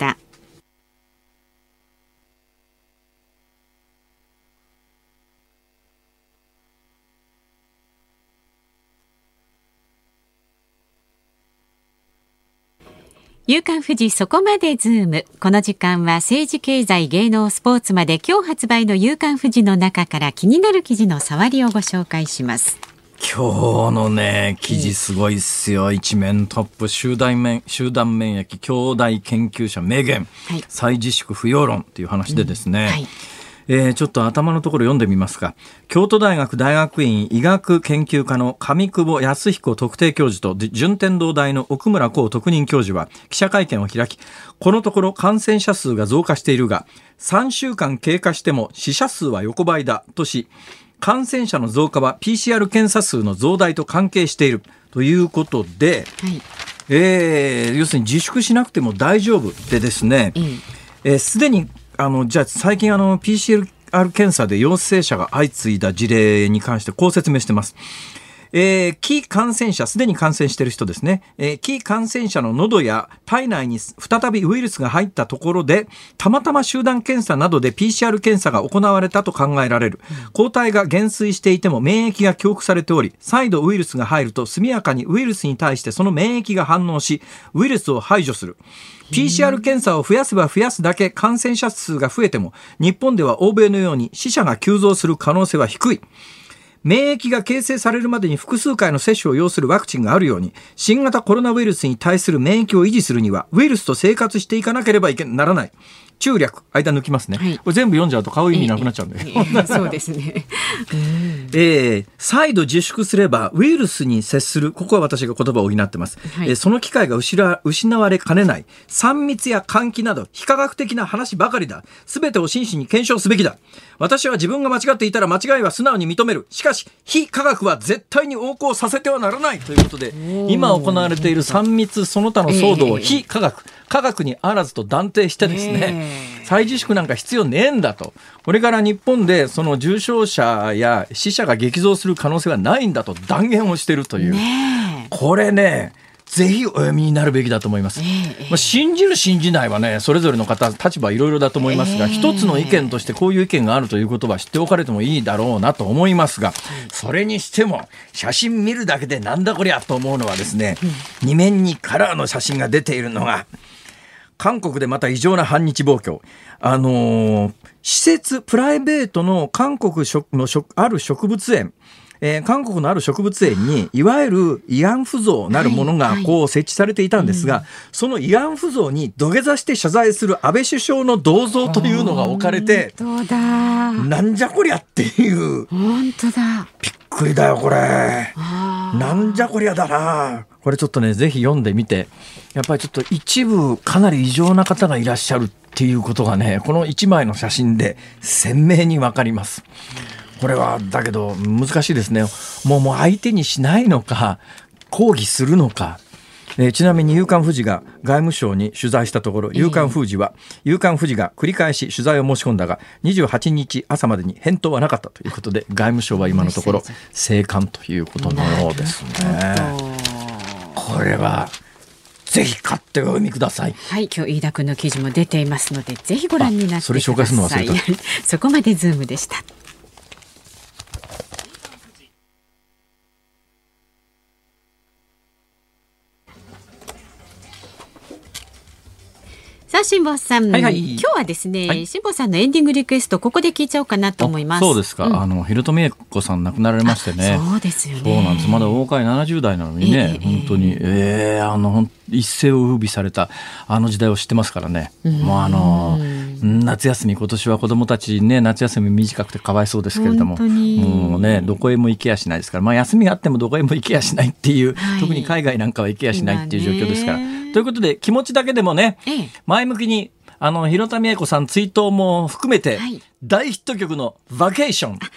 夕刊フジそこまでズーム。この時間は政治経済芸能スポーツまで今日発売の夕刊フジの中から気になる記事の触りをご紹介します。 今日のね記事すごいっすよ。一面トップ、集団免疫兄弟研究者明言、再自粛不要論っていう話でですね、ちょっと頭のところ読んでみますか。京都大学大学院医学研究科の上久保康彦特定教授と順天堂大の奥村浩特任教授は記者会見を開き、このところ感染者数が増加しているが3週間経過しても死者数は横ばいだとし、感染者の増加は PCR 検査数の増大と関係しているということで、要するに自粛しなくても大丈夫でですね、すでにじゃあ最近PCR 検査で陽性者が相次いだ事例に関してこう説明してます。既感染者、すでに感染している人ですね、既感染者の喉や体内に再びウイルスが入ったところでたまたま集団検査などで PCR 検査が行われたと考えられる。抗体が減衰していても免疫が供給されており、再度ウイルスが入ると速やかにウイルスに対してその免疫が反応しウイルスを排除する。PCR 検査を増やせば増やすだけ感染者数が増えても日本では欧米のように死者が急増する可能性は低い。免疫が形成されるまでに複数回の接種を要するワクチンがあるように、新型コロナウイルスに対する免疫を維持するにはウイルスと生活していかなければならない。中略、間抜きますね、これ全部読んじゃうと買う意味なくなっちゃうんで、 そうですね、 再度自粛すればウイルスに接する、ここは私が言葉を補ってます、その機会が失われかねない。3密や換気など非科学的な話ばかりだ。全てを真摯に検証すべきだ。私は自分が間違っていたら間違いは素直に認める。しかし非科学は絶対に横行させてはならないということで、今行われている3密その他の騒動を非科学、科学にあらずと断定してですね、再自粛なんか必要ねえんだと、これから日本でその重症者や死者が激増する可能性はないんだと断言をしているという、これねぜひお読みになるべきだと思います。信じる信じないはねそれぞれの方立場いろいろだと思いますが、一つの意見としてこういう意見があるということは知っておかれてもいいだろうなと思いますが、それにしても写真見るだけでなんだこりゃと思うのはですね、2面にカラーの写真が出ているのが韓国でまた異常な反日暴挙。施設プライベートの韓国のある植物園、韓国のある植物園にいわゆる慰安婦像なるものがこう設置されていたんですが、その慰安婦像に土下座して謝罪する安倍首相の銅像というのが置かれて、なんじゃこりゃっていう、 本当だ、 びっくりだよこれ、なんじゃこりゃだな。これちょっとねぜひ読んでみて、やっぱりちょっと一部かなり異常な方がいらっしゃるっていうことがねこの1枚の写真で鮮明にわかります。これはだけど難しいですね。もう相手にしないのか抗議するのか。ちなみに夕刊フジが外務省に取材したところ、夕刊フジが繰り返し取材を申し込んだが28日朝までに返答はなかったということで、外務省は今のところ静観ということのようですね。これはぜひ買ってお読みください。 はい、今日飯田君の記事も出ていますのでぜひご覧になってください。 それ紹介するの忘れたそこまでズームでした。さあ辛坊さん、今日はですね、辛坊さんのエンディングリクエストここで聞いちゃおうかなと思います。 そうですか、広富恵子さん亡くなられましてね。 そうですよね。 そうなんです。まだ大会70代なのにね、本当に一世を風靡されたあの時代を知ってますからね。もう夏休み、今年は子どもたちね夏休み短くてかわいそうですけれども、もうねどこへも行けやしないですから、休みがあってもどこへも行けやしないっていう、特に海外なんかは行けやしないっていう状況ですから、ということで気持ちだけでもね、前向きに広田美恵子さん追悼も含めて、大ヒット曲のバケーション、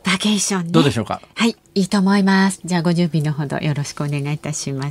バケーションね。 どうでしょうか。 はい、いいと思います。じゃあご準備のほどよろしくお願いいたします。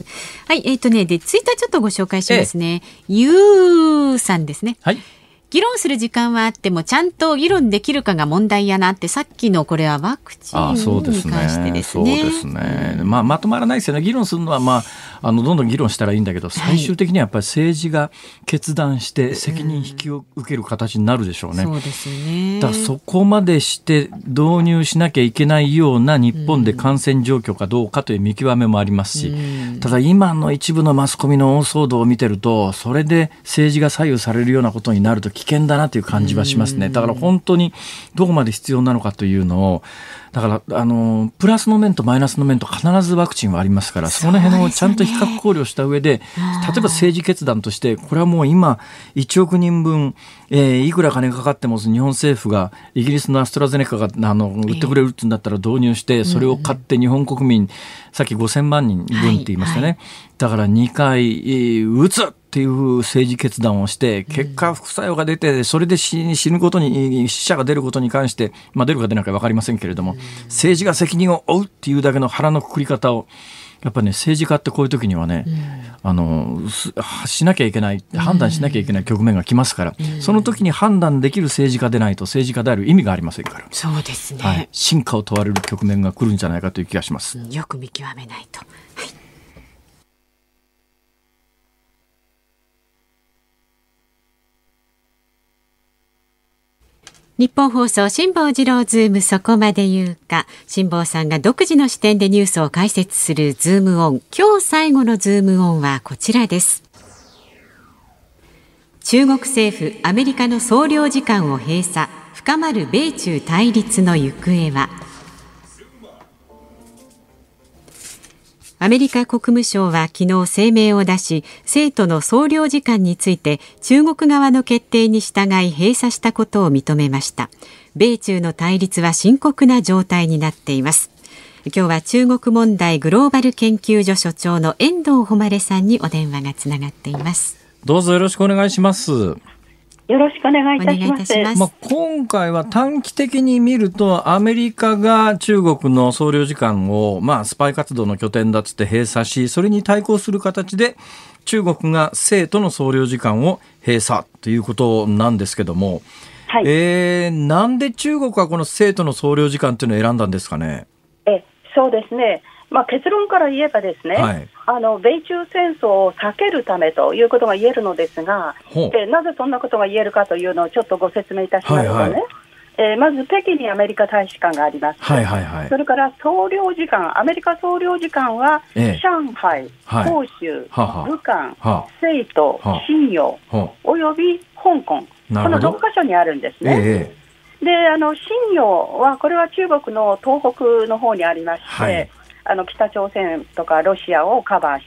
はい、でツイッターちょっとご紹介しますね。ゆうさんですね。 はい。 議論する時間はあってもちゃんと議論できるかが問題やなって、さっきのこれはワクチンに関してですね。 そうですね。まとまらないですよね。議論するのはどんどん議論したらいいんだけど、最終的にはやっぱり政治が決断して責任引き受ける形になるでしょうね。 そうですよね。 だからそこまでして導入しなきゃいけないような日本で感染状況かどうかという見極めもありますし、ただ今の一部のマスコミの大騒動を見てると、それで政治が左右されるようなことになると危険だなという感じはしますね。だから本当にどこまで必要なのかというのを、だからプラスの面とマイナスの面と必ずワクチンはありますから、その辺をちゃんと比較考慮した上で、例えば政治決断として、これはもう今1億人分、いくら金がかかっても日本政府がイギリスのアストラゼネカが売ってくれるってんだったら導入して、それを買って日本国民さっき5000万人分って言いましたね、だから2回打つっていう政治決断をして、結果副作用が出て、それで死ぬことに、死者が出ることに関して、出るか出ないか分かりませんけれども、政治が責任を負うっていうだけの腹のくくり方を、やっぱりね、政治家ってこういう時にはね、しなきゃいけない、判断しなきゃいけない局面が来ますから、その時に判断できる政治家でないと政治家である意味がありませんから。 そうですね。 真価を問われる局面が来るんじゃないかという気がします。 よく見極めないと。日本放送辛坊治郎ズームそこまで言うか。辛坊さんが独自の視点でニュースを解説するズームオン。今日最後のズームオンはこちらです。中国政府、アメリカの総領事館を閉鎖。深まる米中対立の行方は。アメリカ国務省は昨日声明を出し、成都の総領事館について中国側の決定に従い閉鎖したことを認めました。米中の対立は深刻な状態になっています。今日は中国問題グローバル研究所所長の遠藤誉さんにお電話がつながっています。 どうぞよろしくお願いします。 よろしくお願いいたします。 今回は短期的に見ると、アメリカが中国の総領事館を、スパイ活動の拠点だっつって閉鎖し、それに対抗する形で中国が成都の総領事館を閉鎖ということなんですけども、はい、なんで中国はこの成都の総領事館というのを選んだんですかね。 そうですね。結論から言えばですね、はい、米中戦争を避けるためということが言えるのですが、なぜそんなことが言えるかというのをちょっとご説明いたしますとね、まず北京にアメリカ大使館があります、それから総領事館、アメリカ総領事館は、上海、広州、武漢、成都、瀋陽および香港、この6カ所にあるんですね。で瀋陽はこれは中国の東北の方にありまして、北朝鮮とかロシアをカバーして、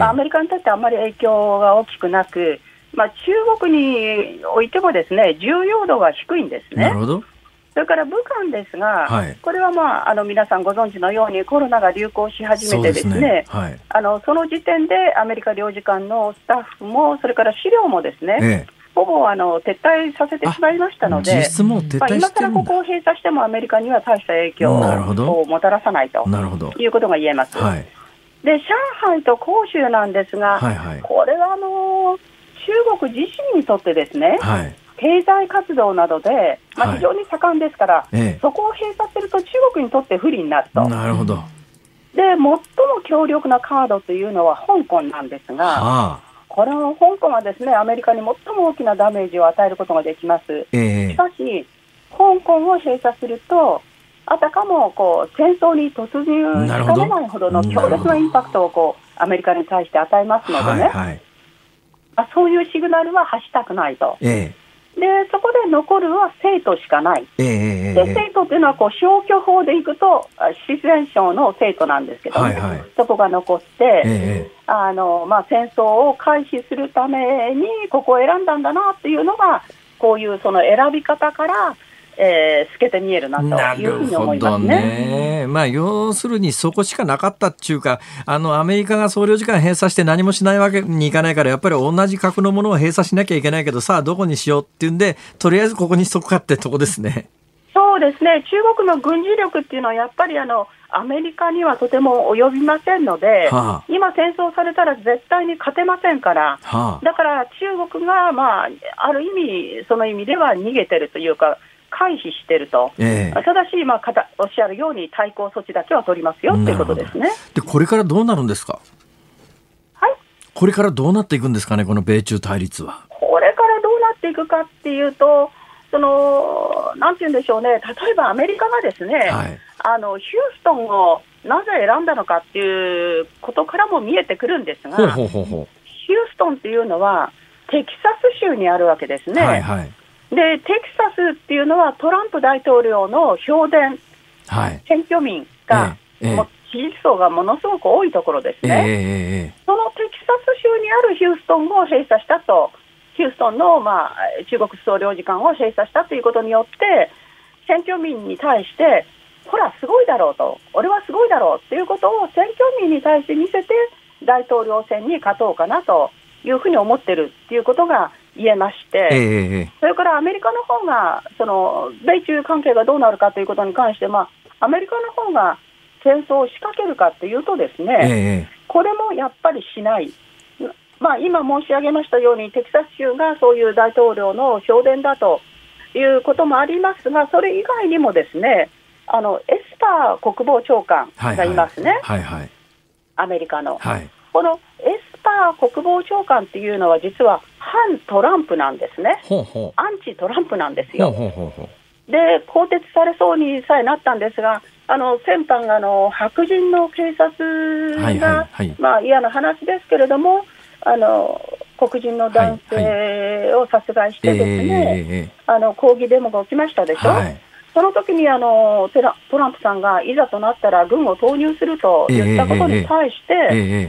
アメリカにとってあんまり影響が大きくなく、中国においてもですね、重要度が低いんですね。 なるほど。 それから武漢ですが、これは皆さんご存知のようにコロナが流行し始めてですね、その時点でアメリカ領事館のスタッフもそれから資料もですね、ほぼ撤退させてしまいましたので、 実質もう撤退してるんだ。 今更ここを閉鎖してもアメリカには大した影響をもたらさないということが言えます。で、上海と広州なんですが、これは中国自身にとってですね、経済活動などで、非常に盛んですから、そこを閉鎖すると中国にとって不利になると。 なるほど。 で、最も強力なカードというのは香港なんですが、これは香港はですね、アメリカに最も大きなダメージを与えることができます。しかし、香港を閉鎖すると、あたかも戦争に突入しかねないほどの強烈なインパクトをアメリカに対して与えますのでね、そういうシグナルは発したくないと。で、そこで残るは成都しかない。で、成都というのは消去法でいくと四川省の成都なんですけど、そこが残って、戦争を開始するためにここを選んだんだなというのが、こういうその選び方から透けて見えるなというふうに思いますね。 要するにそこしかなかったっていうか、アメリカが総領事館閉鎖して何もしないわけにいかないから、やっぱり同じ格のものを閉鎖しなきゃいけないけど、さあどこにしようっていうんで、とりあえずここにしとくかってとこですね。 そそうですね、中国の軍事力っていうのはやっぱりアメリカにはとても及びませんので、今戦争されたら絶対に勝てませんから、だから中国が、ある意味その意味では逃げてるというか回避してると、ただし、おっしゃるように対抗措置だけは取りますよということですね。 でこれからどうなるんですか。 はい、 これからどうなっていくんですかね、この米中対立は。 これからどうなっていくかっていうと、なんて言うんでしょうね、例えばアメリカがですね、ヒューストンをなぜ選んだのかっていうことからも見えてくるんですが、ヒューストンっていうのはテキサス州にあるわけですね。でテキサスっていうのはトランプ大統領の票田、選挙民が、支持層がものすごく多いところですね。そのテキサス州にあるヒューストンを閉鎖したと、ヒューストンの、中国総領事館を閉鎖したということによって、選挙民に対して、ほら、すごいだろうと、俺はすごいだろうということを選挙民に対して見せて、大統領選に勝とうかなというふうに思ってるということが言えまして、それからアメリカの方が、米中関係がどうなるかということに関して、アメリカの方が戦争を仕掛けるかというとですね、これもやっぱりしない。今申し上げましたようにテキサス州がそういう大統領の票田だということもありますが、それ以外にもですね、エスパー国防長官がいますね、アメリカの、このエスパー国防長官っていうのは実は反トランプなんですね。アンチトランプなんですよ。で更迭されそうにさえなったんですが、先般白人の警察が、嫌な話ですけれども、黒人の男性を殺害してですね、抗議デモが起きましたでしょ。その時にトランプさんがいざとなったら軍を投入すると言ったことに対して、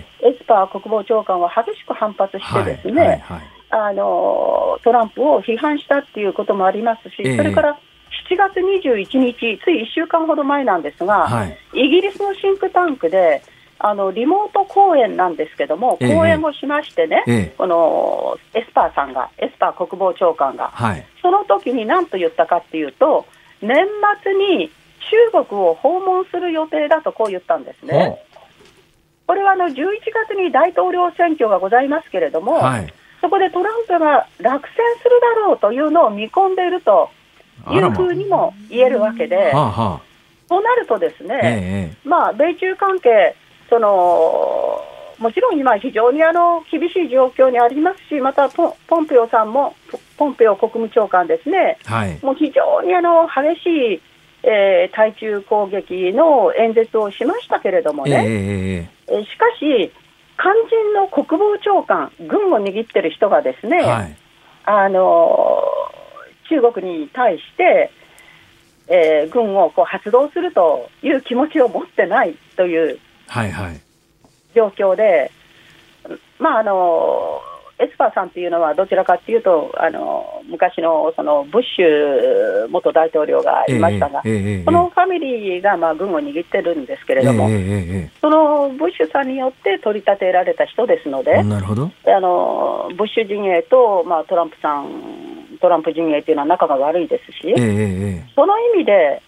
エスパー国防長官は激しく反発してですね、トランプを批判したっていうこともありますし、それから7月21日、つい1週間ほど前なんですが、イギリスのシンクタンクでリモート講演なんですけども、講演をしましてね、このエスパー国防長官が、その時に何と言ったかっていうと、年末に中国を訪問する予定だとこう言ったんですね。これは11月に大統領選挙がございますけれども、そこでトランプが落選するだろうというのを見込んでいるというふうにも言えるわけで、そうなるとですね、米中関係、もちろん今非常に厳しい状況にありますし、またポンペオ国務長官ですね、もう非常に激しい、対中攻撃の演説をしましたけれどもね、しかし肝心の国防長官、軍を握っている人がですね、中国に対して、軍を発動するという気持ちを持ってないという状況で、エスパーさんというのはどちらかというと昔のブッシュ元大統領がいましたが、そのファミリーが軍を握ってるんですけれども、そのブッシュさんによって取り立てられた人ですので、 なるほど。 ブッシュ陣営と、トランプ陣営というのは仲が悪いですし、その意味で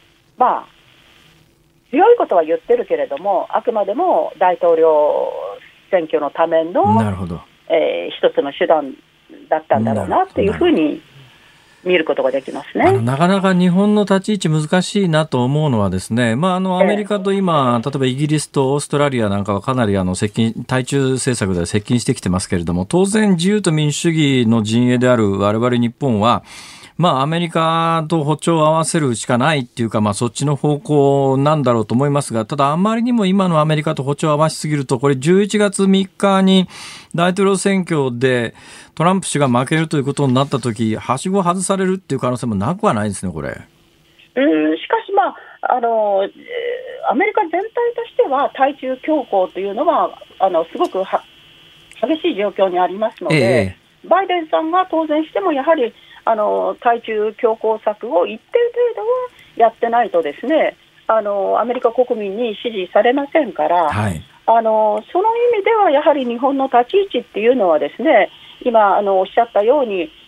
強いことは言ってるけれども、あくまでも大統領選挙のための一つの手段だったんだろうなというふうに見ることができますね。 なかなか日本の立ち位置難しいなと思うのはですね、アメリカと今、例えばイギリスとオーストラリアなんかはかなり対中政策では接近してきてますけれども、当然自由と民主主義の陣営である我々日本はアメリカと歩調を合わせるしかないっていうか、そっちの方向なんだろうと思いますが、ただあまりにも今のアメリカと歩調を合わせすぎると、これ11月3日に大統領選挙でトランプ氏が負けるということになったとき、はしごを外されるっていう可能性もなくはないですね、これ。 しかし、アメリカ全体としては対中強硬というのはすごく激しい状況にありますので、バイデンさんが当然してもやはり対中強硬策を一定程度はやってないとですね、アメリカ国民に支持されませんから、その意味ではやはり日本の立ち位置っていうのはですね、今おっしゃったように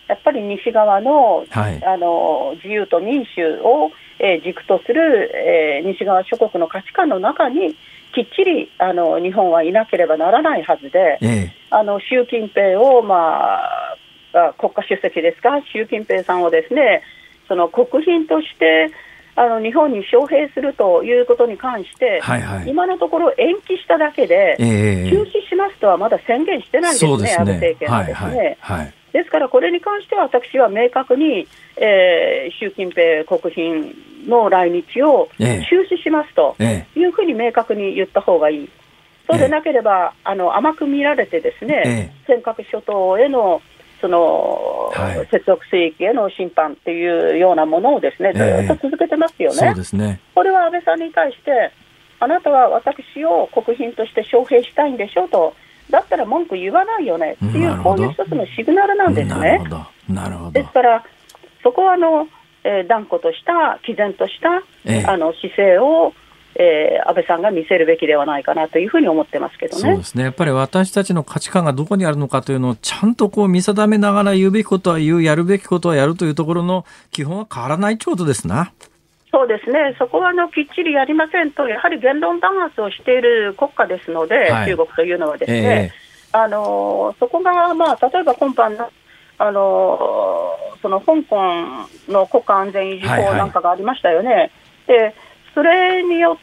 やっぱり西側の、 はい、 自由と民主を、軸とする、西側諸国の価値観の中にきっちり日本はいなければならないはずで、習近平を、国家主席ですか、習近平さんをですね、その国賓として日本に招聘するということに関して、はいはい、今のところ延期しただけで、中止しますとはまだ宣言してないですね、安倍政権はですね。はいはいはい、ですからこれに関しては私は明確に、習近平国賓の来日を中止しますというふうに明確に言った方がいい。そうでなければ甘く見られてですね、尖閣諸島へのその、接続水域への侵犯というようなものをですね、ずっと続けてますよね。そうですね。これは安倍さんに対して、あなたは私を国賓として招聘したいんでしょうと、だったら文句言わないよねっていう、こういう一つのシグナルなんですね。なるほど。ですからそこは断固とした毅然とした姿勢を安倍さんが見せるべきではないかなというふうに思ってますけどね。 そうですね。やっぱり私たちの価値観がどこにあるのかというのをちゃんとこう見定めながら言うべきことは言う、やるべきことはやるというところの基本は変わらないということですな。 そうですね。そこはきっちりやりませんと、やはり言論弾圧をしている国家ですので、中国というのはですね、そこが、例えば今般のその香港の国家安全維持法なんかがありましたよね。でそれによって、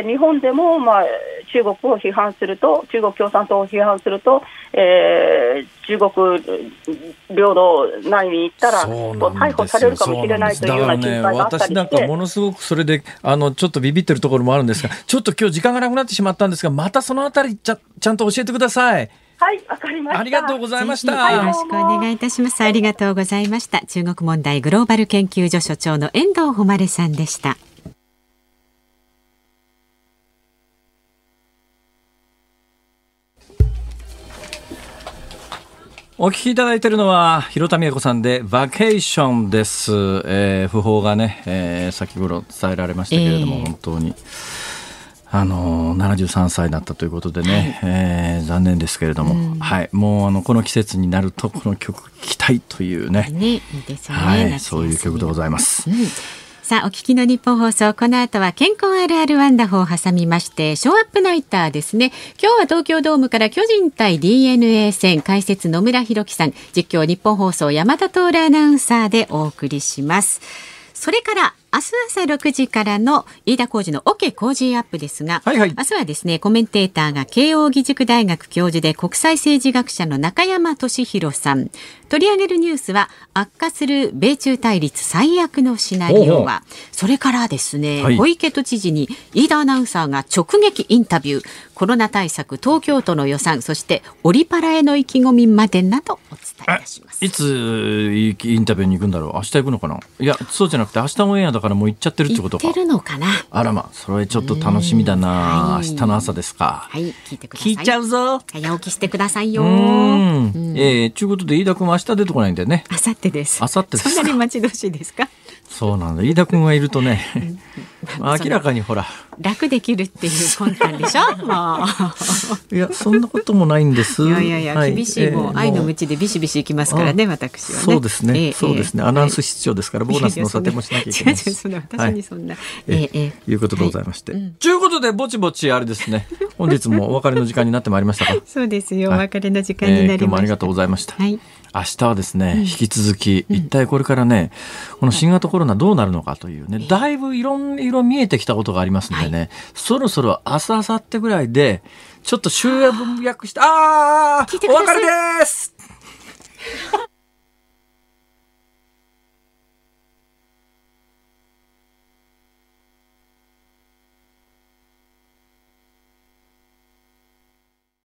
日本でも、中国を批判すると、中国共産党を批判すると、中国領土内に行ったら逮捕されるかもしれないというような心配があったりして、 私なんかものすごくそれでちょっとビビってるところもあるんですが、ちょっと今日時間がなくなってしまったんですが、またそのあたりちゃんと教えてください。 はい、わかりました。 ありがとうございました。 よろしくお願いいたします。ありがとうございました。中国問題グローバル研究所所長の遠藤誉さんでした。 お聞きいただいているのは広田美恵子さんでバケーションです。訃報がね、先頃伝えられましたけれども、本当に73歳だったということでね、残念ですけれども、はい、もうこの季節になるとこの曲聴きたいというね、いいですね、はい、そういう曲でございます。 さあ、お聞きの日本放送、この後は健康あるあるワンダホーを挟みまして、ショーアップナイターですね。今日は東京ドームから巨人対 DNA 戦、解説野村弘樹さん、実況日本放送山田徹アナウンサーでお送りします。それから明日朝6時からの飯田浩司の OK 工事アップですが、明日はですね、コメンテーターが慶應義塾大学教授で国際政治学者の中山俊宏さん。取り上げるニュースは悪化する米中対立最悪のシナリオは、それからですね、小池都知事に飯田アナウンサーが直撃インタビュー、コロナ対策、東京都の予算、そしてオリパラへの意気込みまでなどお伝えいたします。 いつインタビューに行くんだろう。明日行くのかな。いや、そうじゃなくて明日オンエアだからもう行っちゃってるってことか。 行ってるのかな。 あらま、それちょっと楽しみだな。明日の朝ですか。 はい、聞いてください。 聞いちゃうぞ。 早起きしてくださいよ。 ということで飯田君は明日出てこないんだよね。 明後日です。 明後日です。 そんなに待ち遠しいですか。 そうなんだ。飯田君がいるとね、明らかにほら楽できるっていう魂胆でしょ。 いや、そんなこともないんです。 いや、厳しい、もう愛の鞭でビシビシいきますからね、私はね。 そうですね、そうですね。アナウンス室長ですから、ボーナスの査定もしなきゃいけないし。 私にそんな、 いうことでございまして。ということでぼちぼちあれですね。本日もお別れの時間になってまいりましたか。 そうですよ、お別れの時間になりました。 今日もありがとうございました。明日はですね、引き続き一体これからね、この新型コロナどうなるのかというね、だいぶいろんな色見えてきたことがありますのでね、そろそろ明日明後日ぐらいでちょっと集約して、お別れです。